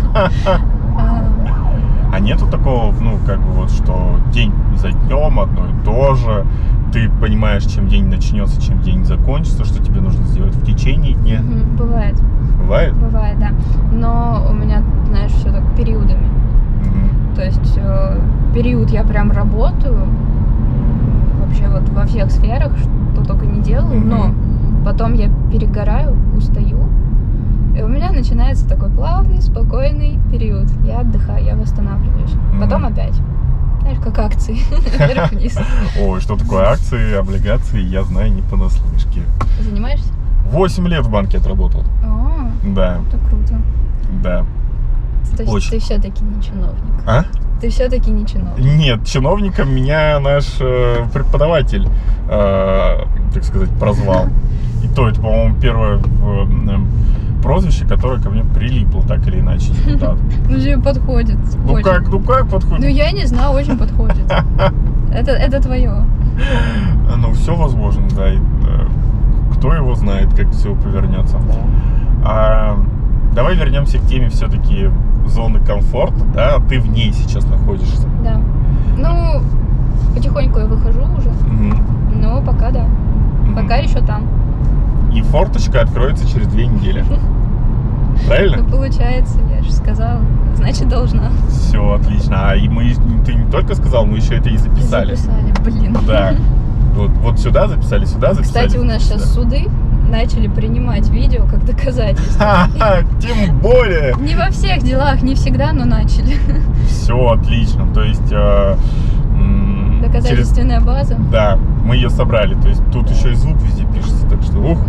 А нету такого, ну, как бы вот, что день за днем одно и то же, ты понимаешь, чем день начнется, чем день закончится, что тебе нужно сделать в течение дня? Угу, бывает. Бывает? Бывает, да. Но у меня, знаешь, все так периодами. Угу. То есть э, период я прям работаю, вообще вот во всех сферах, что только не делаю, угу. но потом я перегораю, устаю, и у меня начинается такой плавный, спокойный период. Я отдыхаю, я восстанавливаюсь. Mm-hmm. Потом опять. Знаешь, как акции. Вверх-вниз. Ой, что такое акции, облигации, я знаю не понаслышке. Занимаешься? Восемь лет в банке отработал. О, да. Это круто. Да. То есть Очень. Ты все-таки не чиновник. А? Ты все-таки не чиновник. Нет, чиновником меня наш э, преподаватель, э, так сказать, прозвал. И то, это, по-моему, первое э, прозвище, которое ко мне прилипло, так или иначе, депутат. Ну, тебе подходит. Ну очень. как, ну как подходит? Ну, я не знаю, очень подходит. Это, это твое. Ну, все возможно, да. И, э, кто его знает, как все повернется. Да. А, давай вернемся к теме все-таки зоны комфорта, да? Ты в ней сейчас находишься. Да. Ну, потихоньку я выхожу уже, Мгм. но пока да. Мгм. Пока еще там. И форточка откроется через две недели. Правильно? Ну, получается, я же сказала, значит, должна. Все, отлично. А и мы, ты не только сказал, мы еще это и записали. Записали, блин. Да. Вот, вот сюда записали, сюда записали. Кстати, у нас сейчас сюда. суды начали принимать видео как доказательство. Ха-ха, тем более. Не во всех делах, не всегда, но начали. Все отлично. То есть э, м, через- Доказательственная база. Да, мы ее собрали. То есть тут еще и звук везде пишется, так что ух.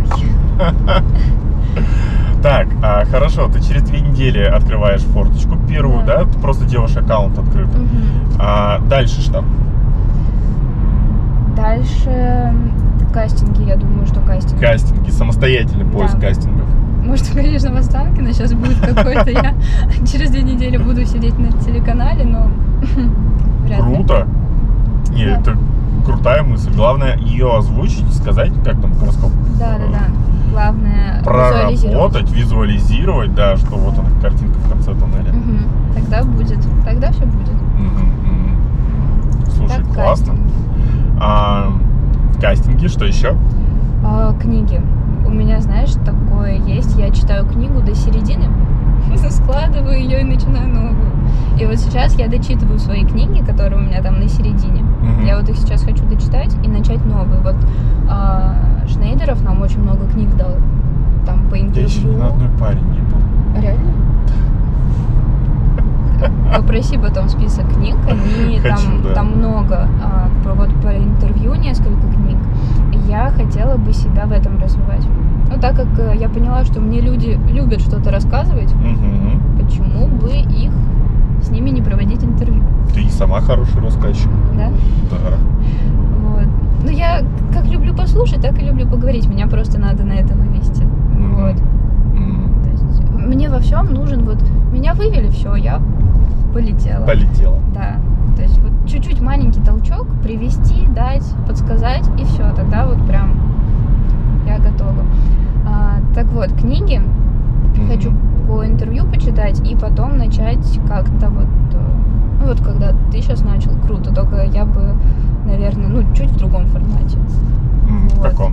Так, а, хорошо, ты через две недели открываешь форточку первую, да? Да. Ты просто делаешь аккаунт открытым. Мгм. А дальше что? Дальше кастинги, я думаю, что кастинги. Кастинги, самостоятельный поиск Да. кастингов. Может, конечно, в Останкино сейчас будет какой-то, я через две недели буду сидеть на телеканале, но вряд ли. Круто. Не, Да. это крутая мысль. Главное ее озвучить, сказать, как там гороскоп. Да, да, да. Главное визуализировать. Проработать, визуализировать, да, что вот она, картинка в конце тоннеля. Мгм. Тогда будет, тогда все будет. Мгм, мгм. Слушай, Так, классно. кастинги. А, кастинги, что еще? А, книги. У меня, знаешь, такое есть. Я читаю книгу до середины, складываю ее и начинаю новую. И вот сейчас я дочитываю свои книги, которые у меня там на середине. Мгм. Я вот их сейчас хочу дочитать и начать новые. Вот а, Шнейдеров нам очень много книг дал. Там по Я еще ни интервью. на одной паре не был. Реально? Попроси потом список книг, они Хочу, там, да. там много, а, про- вот по интервью несколько книг. И я хотела бы себя в этом развивать. Ну, так как э, я поняла, что мне люди любят что-то рассказывать, Мгм. почему бы их с ними не проводить интервью, Ты и сама хороший рассказчик. да? Да. Вот. Ну, я как люблю послушать, так и люблю поговорить. Меня просто надо на это вывести. Мгм. Вот. Мгм. То есть мне во всем нужен вот... Меня вывели, все, я полетела. Полетела. Да. То есть вот чуть-чуть маленький толчок привести, дать, подсказать, и все. Тогда вот прям я готова. А, так вот, книги Мгм. хочу по интервью почитать и потом начать как-то вот... э, Ну вот когда ты сейчас начал, круто, только я бы, наверное, ну чуть в другом формате. М, В Вот. каком?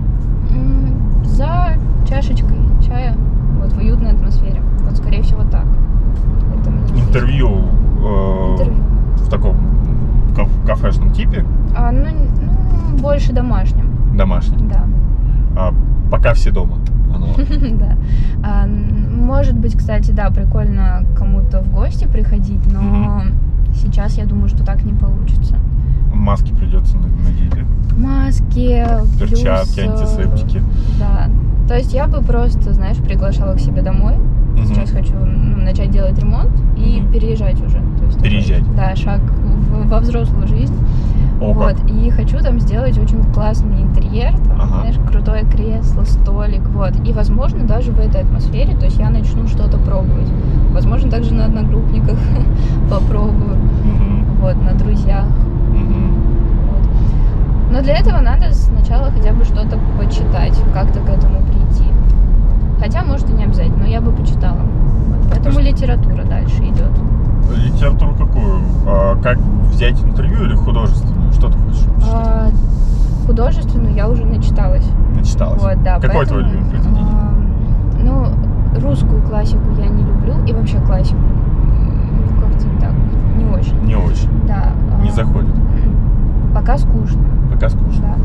М, За чашечкой чая, вот в уютной атмосфере. Вот скорее всего так. Это мне близко. Интервью, э, Интервью. в таком каф- кафешном типе, А, ну, ну, больше домашним, домашнем. да. А, пока все дома. Оно. Да. А, н- может быть, кстати, да, прикольно кому-то в гости приходить, но Мгм. сейчас я думаю, что так не получится. Маски придется на- надеть, да? Маски, плюс, Перчатки, э, антисептики. Да. То есть я бы просто, знаешь, приглашала к себе домой. Мгм. Сейчас хочу ну, начать делать ремонт и Мгм. переезжать уже. То есть такой, Переезжать. да, шаг в- во взрослую жизнь. О, Вот. как. И хочу там сделать очень классный интерьер, там, Ага. знаешь, крутое кресло, столик, вот. И, возможно, даже в этой атмосфере, то есть я начну что-то пробовать. Возможно, также на одногруппниках попробую, Мгм. вот, на друзьях. Мгм. Вот. Но для этого надо сначала хотя бы что-то почитать, как-то к этому прийти. Хотя, может, и не обязательно, но я бы почитала. Вот. Поэтому А что- литература дальше идет. Литературу какую? А, как взять интервью или художественную? Что ты хочешь? почитать? А, художественную я уже начиталась. Начиталась. Вот, да, Какое поэтому, твое любимое произведение? а, ну, русскую классику я не люблю, и вообще классику. м, Как-то так, не очень. Не очень. Да. Не а, заходит. м, Пока скучно, Пока скучно. да.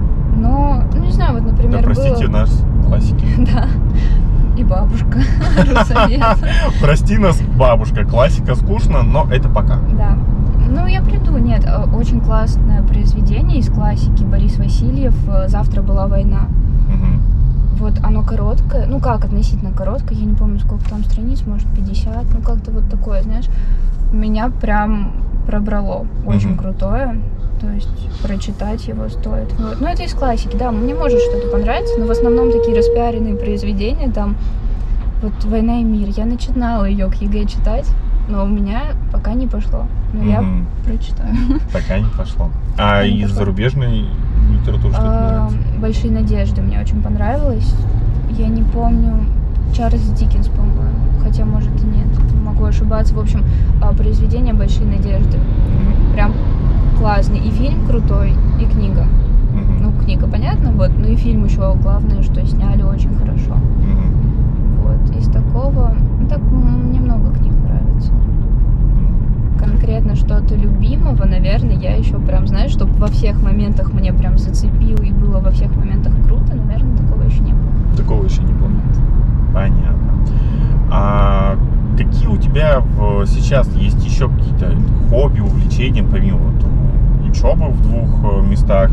Но, ну, не знаю, вот, например, Да простите было... нас, классики. Да. И бабушка. Русовет. Прости нас, бабушка. Классика скучно, но это пока. Да. Ну, я приду. Нет, э, очень классное произведение из классики. Борис Васильев э, «Завтра была война». Мгм. Вот оно короткое. Ну, как относительно короткое. Я не помню, сколько там страниц. Может, пятьдесят. Ну, как-то вот такое, знаешь. Меня прям пробрало. Очень Мгм. крутое. То есть прочитать его стоит. Вот. Ну, это из классики, да, мне может что-то понравиться, но в основном такие распиаренные произведения, там, вот «Война и мир». Я начинала ее к ЕГЭ читать, но у меня пока не пошло. Но mm-hmm. я прочитаю. Пока не пошло. А не из пошло. Зарубежной литературы что-то а, нравится? «Большие надежды» мне очень понравилось. Я не помню, Чарльз Диккенс, по-моему. Хотя, может, и нет. Могу ошибаться. В общем, произведение «Большие надежды». Mm-hmm. Прям классный. И фильм крутой, и книга. Mm-hmm. Ну, книга, понятно, вот. Ну и фильм еще, главное, что сняли очень хорошо. Mm-hmm. Вот. Из такого... Ну, так мне много книг нравится. Mm-hmm. Конкретно что-то любимого, наверное, я еще прям, знаешь, чтобы во всех моментах мне прям зацепило и было во всех моментах круто, наверное, такого еще не было. Такого еще не было? Нет. Понятно. А какие у тебя в, сейчас есть еще какие-то хобби, увлечения, помимо вот, учебы в двух местах?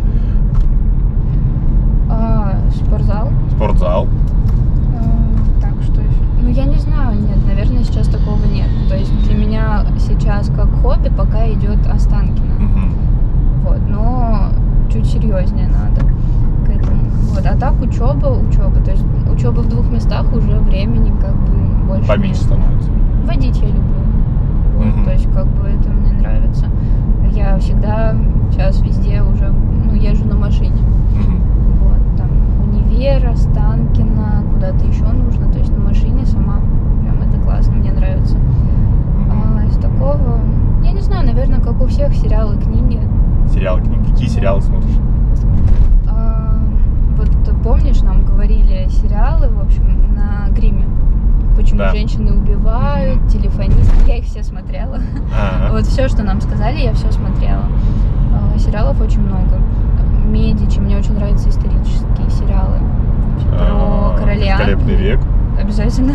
А, спортзал. Спортзал. А, так, что еще? Ну, я не знаю, нет, наверное, сейчас такого нет. То есть для меня сейчас как хобби пока идет Останкино. Угу. Вот, но чуть серьезнее надо к этому. Вот, а так учеба, учеба. То есть учеба в двух местах уже времени как бы больше поменьше нет. становится. Водить я люблю. Вот, угу. То есть как бы это мне нравится. Я всегда сейчас везде уже, ну, езжу на машине. Mm-hmm. Вот, там, универ, Останкино, куда-то еще нужно. То есть на машине сама. Прям это классно, мне нравится. Mm-hmm. А из такого, я не знаю, наверное, как у всех, сериалы, книги. Сериалы, книги. Какие сериалы смотришь? А, вот помнишь, нам говорили сериалы, в общем, на Гриме. Почему да. женщины убивают, mm-hmm. телефонисты. Я их все смотрела. А-а-а. Вот все, что нам сказали, я все смотрела. Сериалов очень много. Медичи, мне очень нравятся исторические сериалы. Про короля. Великолепный век. Обязательно.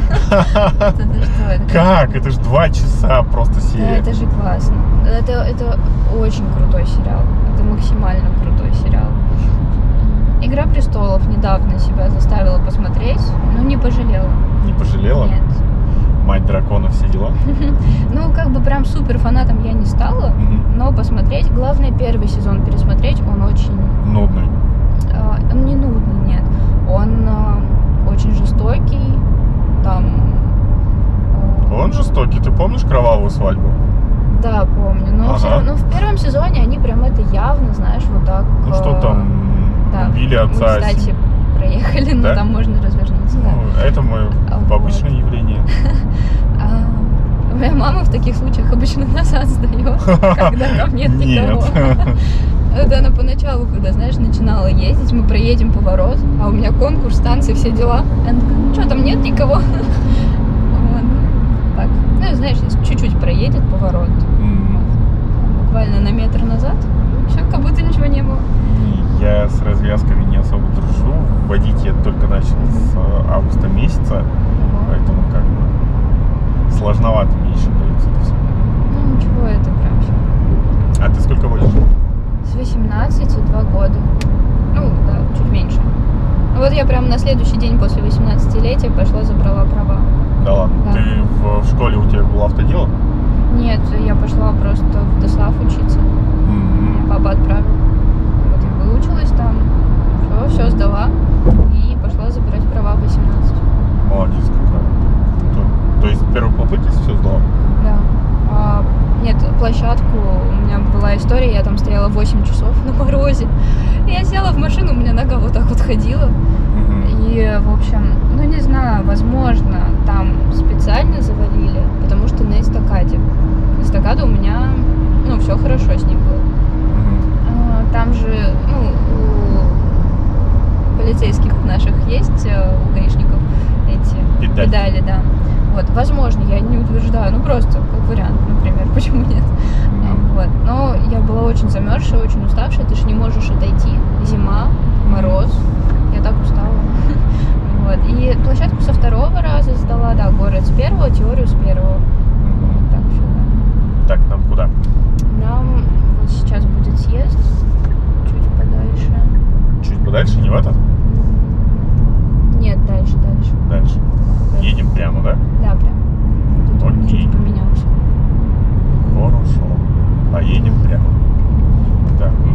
Как? Это же два часа просто серия. Да, это же классно. Это очень крутой сериал. Это максимально крутой сериал. «Игра престолов» недавно себя заставила посмотреть, но не пожалела. Не пожалела? Нет. «Мать драконов», все дела? Ну, как бы прям супер фанатом я не стала, mm-hmm. но посмотреть, главное, первый сезон пересмотреть, он очень... Нудный? А, он не нудный, нет. Он а, очень жестокий, там... А, он жестокий, ты помнишь «Кровавую свадьбу»? Да, помню, но ага. все равно в первом сезоне они прям это явно, знаешь, вот так... Ну что там, да. убили отца. Мы, кстати, проехали, но да? там можно развернуться. Ну, да. Это мое вот. обычное явление. А, моя мама в таких случаях обычно назад сдает, когда там нет никого. Вот она поначалу, когда, знаешь, начинала ездить, мы проедем поворот, а у меня конкурс, танцы, все дела. Она такая, что там нет никого? Вот. Так, ну, знаешь, чуть-чуть проедет поворот, mm. буквально на метр назад, все, как будто ничего не было. Я с развязками не особо дружу. Водить я только начал с августа месяца, uh-huh. поэтому как бы сложновато мне еще дается это все. Ну ничего, это прям все. А ты сколько водишь? С восемнадцати, два года. Ну, да, чуть меньше. Вот я прям на следующий день после восемнадцатилетия пошла, забрала права. Да ладно? Да. Ты в, в школе у тебя было автодело? Нет, я пошла просто в ДОСААФ учиться. Mm-hmm. Меня папа отправил. Вот я выучилась там, все, все сдала и пошла забирать права в восемнадцать. Молодец какая. Круто. То есть в первой попытке все сдала? Да. А, нет, площадку, у меня была история, я там стояла восемь часов на морозе. Я села в машину, у меня нога вот так вот ходила. Mm-hmm. И, в общем, ну не знаю, возможно, там специально завалили, потому что на эстакаде. Эстакада у меня, ну, все хорошо с ним было. Mm-hmm. А, там же, ну, у полицейских наших есть, у гаишников эти педали, педали, да. Вот, возможно, я не утверждаю, ну просто как вариант, например, почему нет. Mm-hmm. Вот. Но я была очень замерзшая, очень уставшая, ты же не можешь отойти. Зима, мороз, я так устала. Вот. И площадку со второго раза сдала, да, город с первого, теорию с первого. Mm-hmm. Так все, да. Так, нам куда? Нам вот сейчас будет съезд, чуть подальше. Чуть подальше, не в этот? Нет, дальше, дальше. Дальше. Едем прямо, да? Да, прям. Тут он чуть поменялся. Хорошо. Поедем прямо. Так,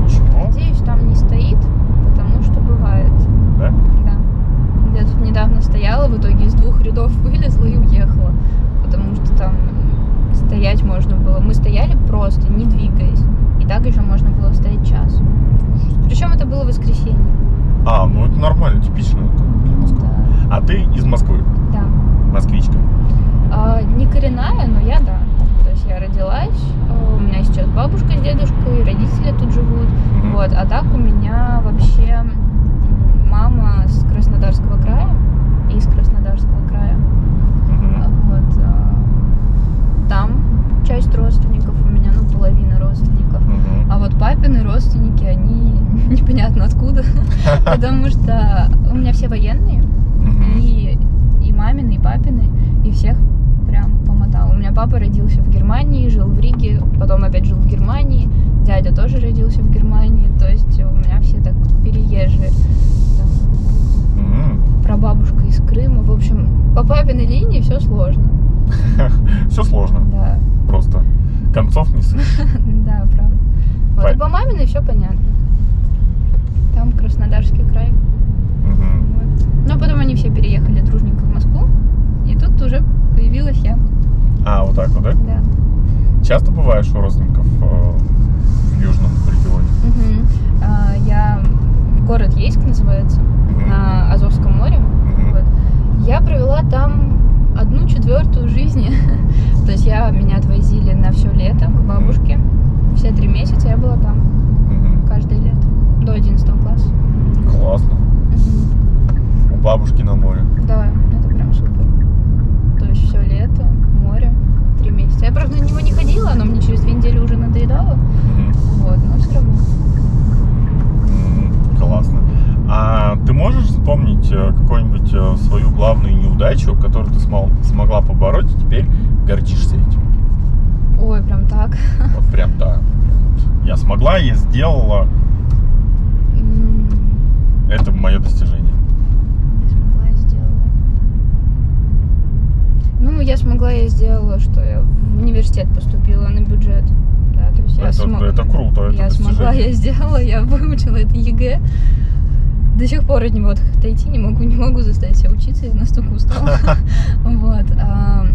надеюсь, там не стоит, потому что бывает. Да? Да. Я тут недавно стояла, в итоге из двух рядов вылезла и уехала, потому что там стоять можно было. Мы стояли просто, не двигаясь. И так еще можно было стоять час. Причем это было воскресенье. А, ну это нормально, типично для Москвы. Да. А ты из Москвы? Да. Москвичка? А, не коренная, но я да. То есть я родилась, у меня сейчас бабушка с дедушкой, родители тут живут. Мгм. Вот. А так у меня вообще мама с Краснодарского края, из Краснодарского края. Мгм. Вот. а, Там часть родственников у меня, ну, половина родственников. Мгм. А вот папины родственники, они непонятно откуда. Потому что у меня все военные, Мгм. и, и мамины, и папины, и всех прям помотал. У меня папа родился в Германии, жил в Риге, потом опять жил в Германии. Дядя тоже родился в Германии. То есть у меня все так переезжие. Там, Мгм. прабабушка из Крыма. В общем, по папиной линии все сложно. Все сложно, Да, просто. Концов не слышишь. да, правда. Вот, Пап- и по маминой все понятно. Там Краснодарский край. Мгм. Вот. Но потом они все переехали дружненько в Москву. И тут уже появилась я. А, вот так вот, да? Да. Часто бываешь у родственников э, в южном регионе? Мгм. А, Я город Ейск называется, Мгм. на Азовском море. Мгм. Вот. Я провела там одну четвертую жизни. То есть я меня отвозили на все лето к бабушке. Все три месяца я была там Мгм. каждое лето до одиннадцатого класса. Классно. Мгм. У бабушки на море. Да, это прям супер. То есть все лето, море, три месяца. Я, правда, на него не ходила, оно мне через две недели уже надоедало. Мгм. Вот, но все равно. М, Классно. А ты можешь вспомнить э, какую-нибудь э, свою главную неудачу, которую ты смол- смогла побороть, и теперь гордишься этим? Ой, прям так. Вот прям да. Вот. Я смогла, я сделала. М, Это мое достижение. Я смогла, я сделала. Ну, я смогла, я сделала, что я в университет поступила на бюджет. Да, то есть я Это, смо- это круто, это Я смогла, достижение. я сделала, я выучила это ЕГЭ. До сих пор от него отойти не могу, не могу заставить себя учиться, я настолько устала. Вот. А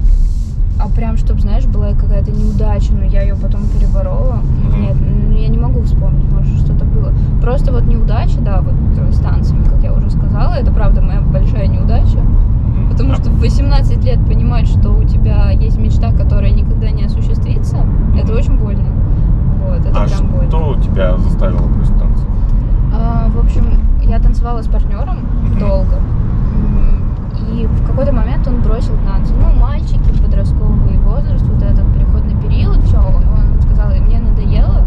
а прям, чтобы, знаешь, была какая-то неудача, но я ее потом переборола. Мгм. Нет, ну, я не могу вспомнить, может, что-то было. Просто вот неудача, да, вот э, с танцами, как я уже сказала, это правда моя большая неудача. Мгм. Потому А- что в восемнадцать лет понимать, что у тебя есть мечта, которая никогда не осуществится, это Мгм. очень больно. Вот, это А прям больно. что тебя заставило бросить танцы? А, в общем, я танцевала с партнером Мгм. долго. М, И в какой-то момент он бросил танцы. Ну, мальчики, подростковый возраст, вот этот переходный период, все, он сказал, мне надоело,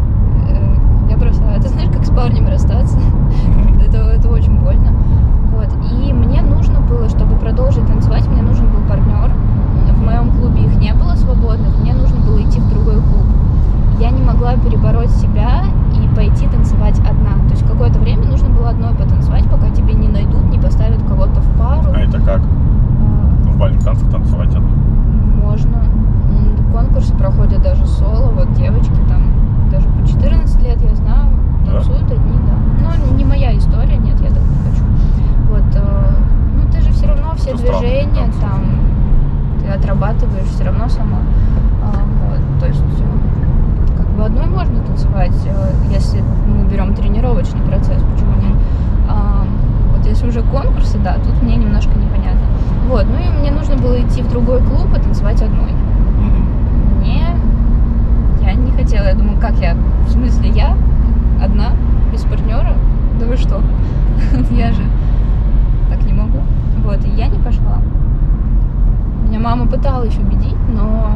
э, я бросаю. Это знаешь, как с парнем расстаться. Мгм. Это, это очень больно. Вот. И мне нужно было, чтобы продолжить танцевать, мне нужен был партнер. В моем клубе их не было свободных, мне нужно было идти в другой клуб. Я не могла перебороть себя и пойти танцевать одна. То есть какое-то время нужно было одной потанцевать, пока тебе не найдут, не поставят кого-то в пару. А это как? А, В бальных танцах танцевать одну? Можно. М, Конкурсы проходят даже соло. Вот девочки там даже по четырнадцать лет, я знаю, Да? танцуют одни, да. Но не моя история, нет, я так не хочу. Вот. э, Ну ты же все равно все Это странно, движения танцы. там ты отрабатываешь все равно сама. А, Вот. То есть э, как бы одной можно танцевать, э, если мы берем тренировочный процесс, почему нет? А, Вот если уже конкурсы, да, тут мне немножко непонятно. Вот, ну и мне нужно было идти в другой клуб и танцевать одной. Мгм. Мне я не хотела, я думаю, как я, в смысле я одна, без партнера? Да вы что? Я же так не могу. Вот, и я не пошла. Меня мама пыталась убедить, но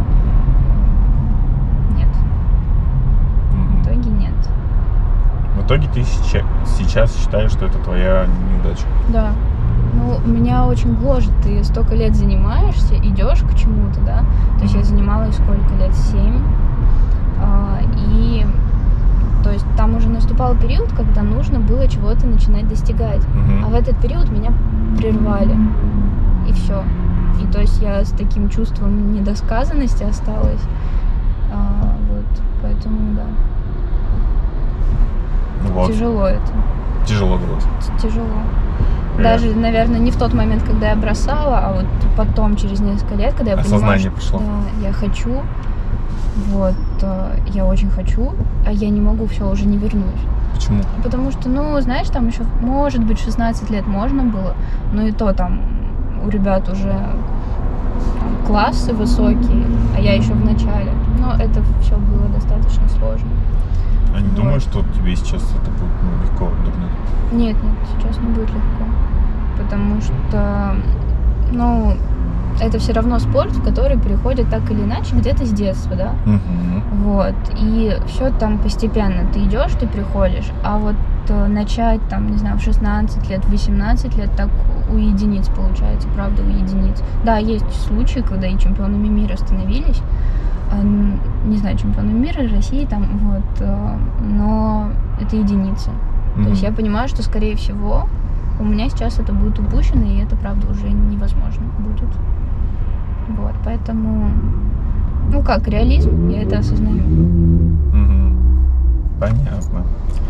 нет, в Мгм. итоге нет. В итоге ты ща- сейчас считаешь, что это твоя неудача. Да. Ну, меня очень гложет. Ты столько лет занимаешься, идешь к чему-то, да? То есть я занималась сколько лет? Семь. А, и то есть там уже наступал период, когда нужно было чего-то начинать достигать. Мгм. А в этот период меня прервали. И все. И то есть я с таким чувством недосказанности осталась. А, вот, поэтому да. Вот. Тяжело это. Тяжело далось. Тяжело. Э. Даже, наверное, не в тот момент, когда я бросала, а вот потом, через несколько лет, когда я понимала, Осознание что пришло. да, я хочу, вот, э, я очень хочу, а я не могу все уже не вернуть. Почему? Потому что, ну, знаешь, там еще, может быть, шестнадцать лет можно было, но и то там у ребят уже там, классы высокие, а я еще в начале. Но это все было достаточно сложно. А не Вот. думаешь, что тебе сейчас это будет ну, легко догнать? Нет, нет, сейчас не будет легко. Потому что, ну, это все равно спорт, в который приходит так или иначе где-то с детства, да? Угу. Вот. И все там постепенно. Ты идешь, ты приходишь. А вот э, начать там, не знаю, в шестнадцать лет, в восемнадцать лет, так у единиц получается, правда, у единиц. Да, есть случаи, когда и чемпионами мира становились. Э, не знаю, чемпионами мира, России там, вот. Э, но это единицы. Угу. То есть я понимаю, что, скорее всего, у меня сейчас это будет упущено, и это, правда, уже невозможно будет. Вот, поэтому, ну как, реализм, я это осознаю. Угу. Понятно.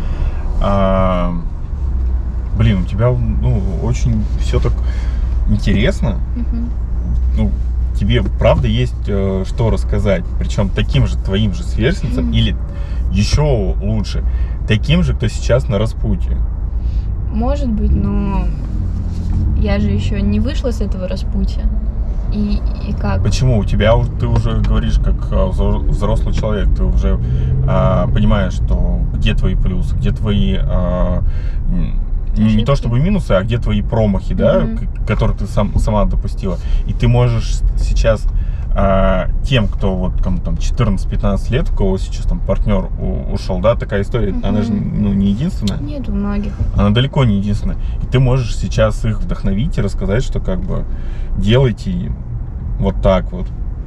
А, блин, у тебя, ну, очень все так интересно. Мгм. Ну, тебе, правда, есть э, что рассказать. Причем таким же твоим же сверстницам, Мгм. или еще лучше, таким же, кто сейчас на распутье. Может быть, но я же еще не вышла с этого распутья. И, и как? Почему? У тебя у- ты уже говоришь как а, взро- взрослый человек, ты уже а, понимаешь, что где твои плюсы, где твои а, м, не, не то Ошибки. чтобы минусы, а где твои промахи, да, Мгм. к- которые ты сам, сама допустила. И ты можешь с- сейчас а, тем, кто вот кому там четырнадцать-пятнадцать лет, у кого сейчас там партнер у- ушел, да, такая история, Мгм. она же ну, не единственная. Нет, у многих. Она далеко не единственная. И ты можешь сейчас их вдохновить и рассказать, что как бы делайте вот так вот.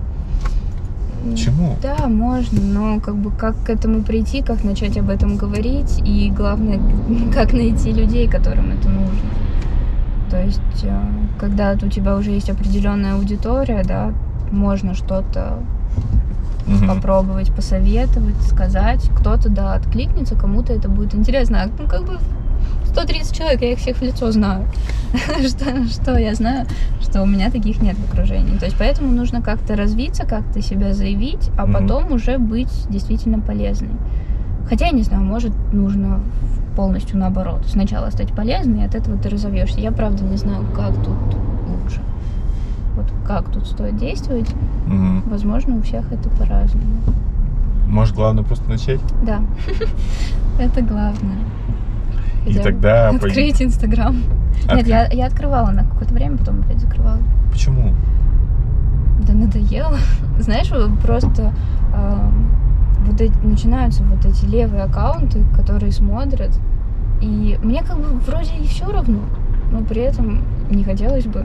Почему? Да, можно, но как бы как к этому прийти, как начать об этом говорить, и главное, как найти людей, которым это нужно. То есть, э, когда у тебя уже есть определенная аудитория, да, можно что-то Мгм. попробовать, посоветовать, сказать. Кто-то, да, откликнется, кому-то это будет интересно. А, ну, как бы сто тридцать человек, я их всех в лицо знаю. что, что я знаю, что у меня таких нет в окружении. То есть поэтому нужно как-то развиться, как-то себя заявить, а Мгм. потом уже быть действительно полезной. Хотя, я не знаю, может, нужно полностью наоборот. Сначала стать полезной, и от этого ты разовьешься. Я, правда, не знаю, как тут лучше. Вот как тут стоит действовать. Мгм. Возможно, у всех это по-разному. Может, главное просто начать? Да, это главное. И Хотя бы тогда... пойди- открыть Инстаграм. Нет, Открыть. я, я открывала на какое-то время, потом опять закрывала. Почему? Да надоело. Знаешь, вот просто а, вот эти, начинаются вот эти левые аккаунты, которые смотрят. И мне как бы вроде и все равно, но при этом не хотелось бы.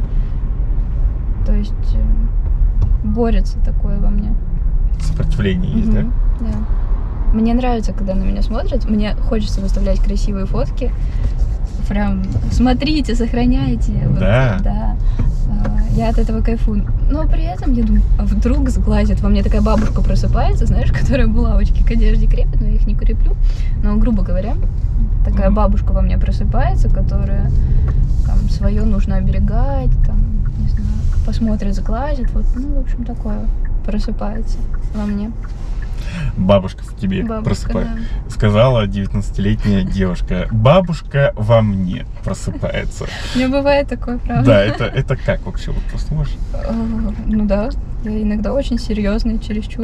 То есть э, борется такое во мне. Сопротивление есть, да? Мгм, да. Мне нравится, когда на меня смотрят. Мне хочется выставлять красивые фотки. Прям смотрите, сохраняйте. Вот, Да. да. А, Я от этого кайфую. Но при этом я думаю, а вдруг сглазят? Во мне такая бабушка просыпается, знаешь, которая булавочки к одежде крепит, но я их не креплю. Но, грубо говоря, такая Мгм. бабушка во мне просыпается, которая там свое нужно оберегать, там, не знаю, посмотрит, сглазит. Вот, ну, в общем, такое просыпается во мне. Бабушка в тебе Бабушка, просыпается. да. Сказала девятнадцатилетняя девушка. Бабушка во мне просыпается. У меня бывает такое, правда. Да, это, это как вообще? Вот просто можешь? Э, Ну да, я иногда очень серьезная, чересчур.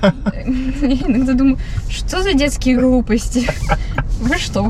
Я иногда думаю, что за детские глупости? Вы что?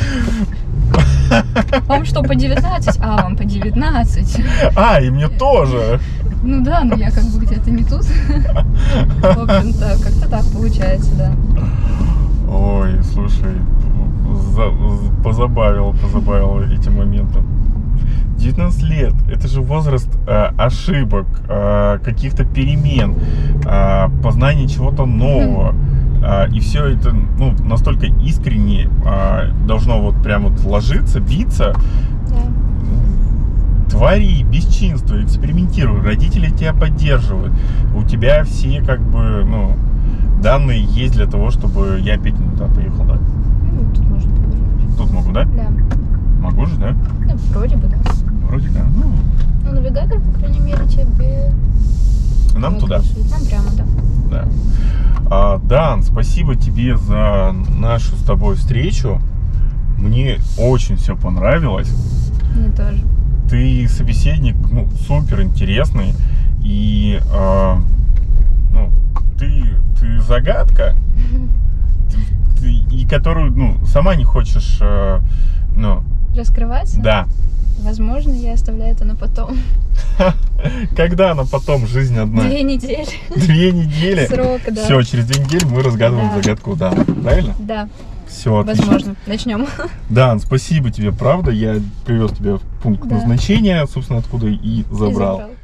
Вам что, по девятнадцать? А, вам по девятнадцать. А, и мне тоже. Ну да, но я как бы где-то не тут. В общем-то, как-то так получается, да. Ой, слушай, за- позабавил, позабавил этим моментом. девятнадцать лет, это же возраст э, ошибок, э, каких-то перемен, э, познания чего-то нового. Э, и все это ну, настолько искренне э, должно вот прям вот ложиться, биться. Да. Твори, бесчинство, экспериментируй, родители тебя поддерживают. У тебя все как бы, ну, данные есть для того, чтобы я опять не туда поехал, да? Ну, тут можно поговорить. Тут могу, да? Да. Могу же, да? Ну, вроде бы, да. Вроде да. Ну, Ну, навигатор, по крайней мере, тебе... нам вот туда. решит. Нам прямо, да. Да. А, Дан, спасибо тебе за нашу с тобой встречу. Мне очень все понравилось. Мне тоже. Ты собеседник, ну, супер интересный. И а, ну, ты, ты загадка, ты- ты- и которую, ну, сама не хочешь, а, ну, Раскрываться? да. Возможно, я оставляю это на потом. Когда она потом, жизнь одна? Две недели. Две недели. Срок, да. Все, через две недели мы разгадываем Да. загадку Дана. Правильно? Да, Все, отлично. возможно. Начнем. Дан, спасибо тебе, правда. Я привез тебя в пункт Да. назначения, собственно, откуда и забрал. И забрал.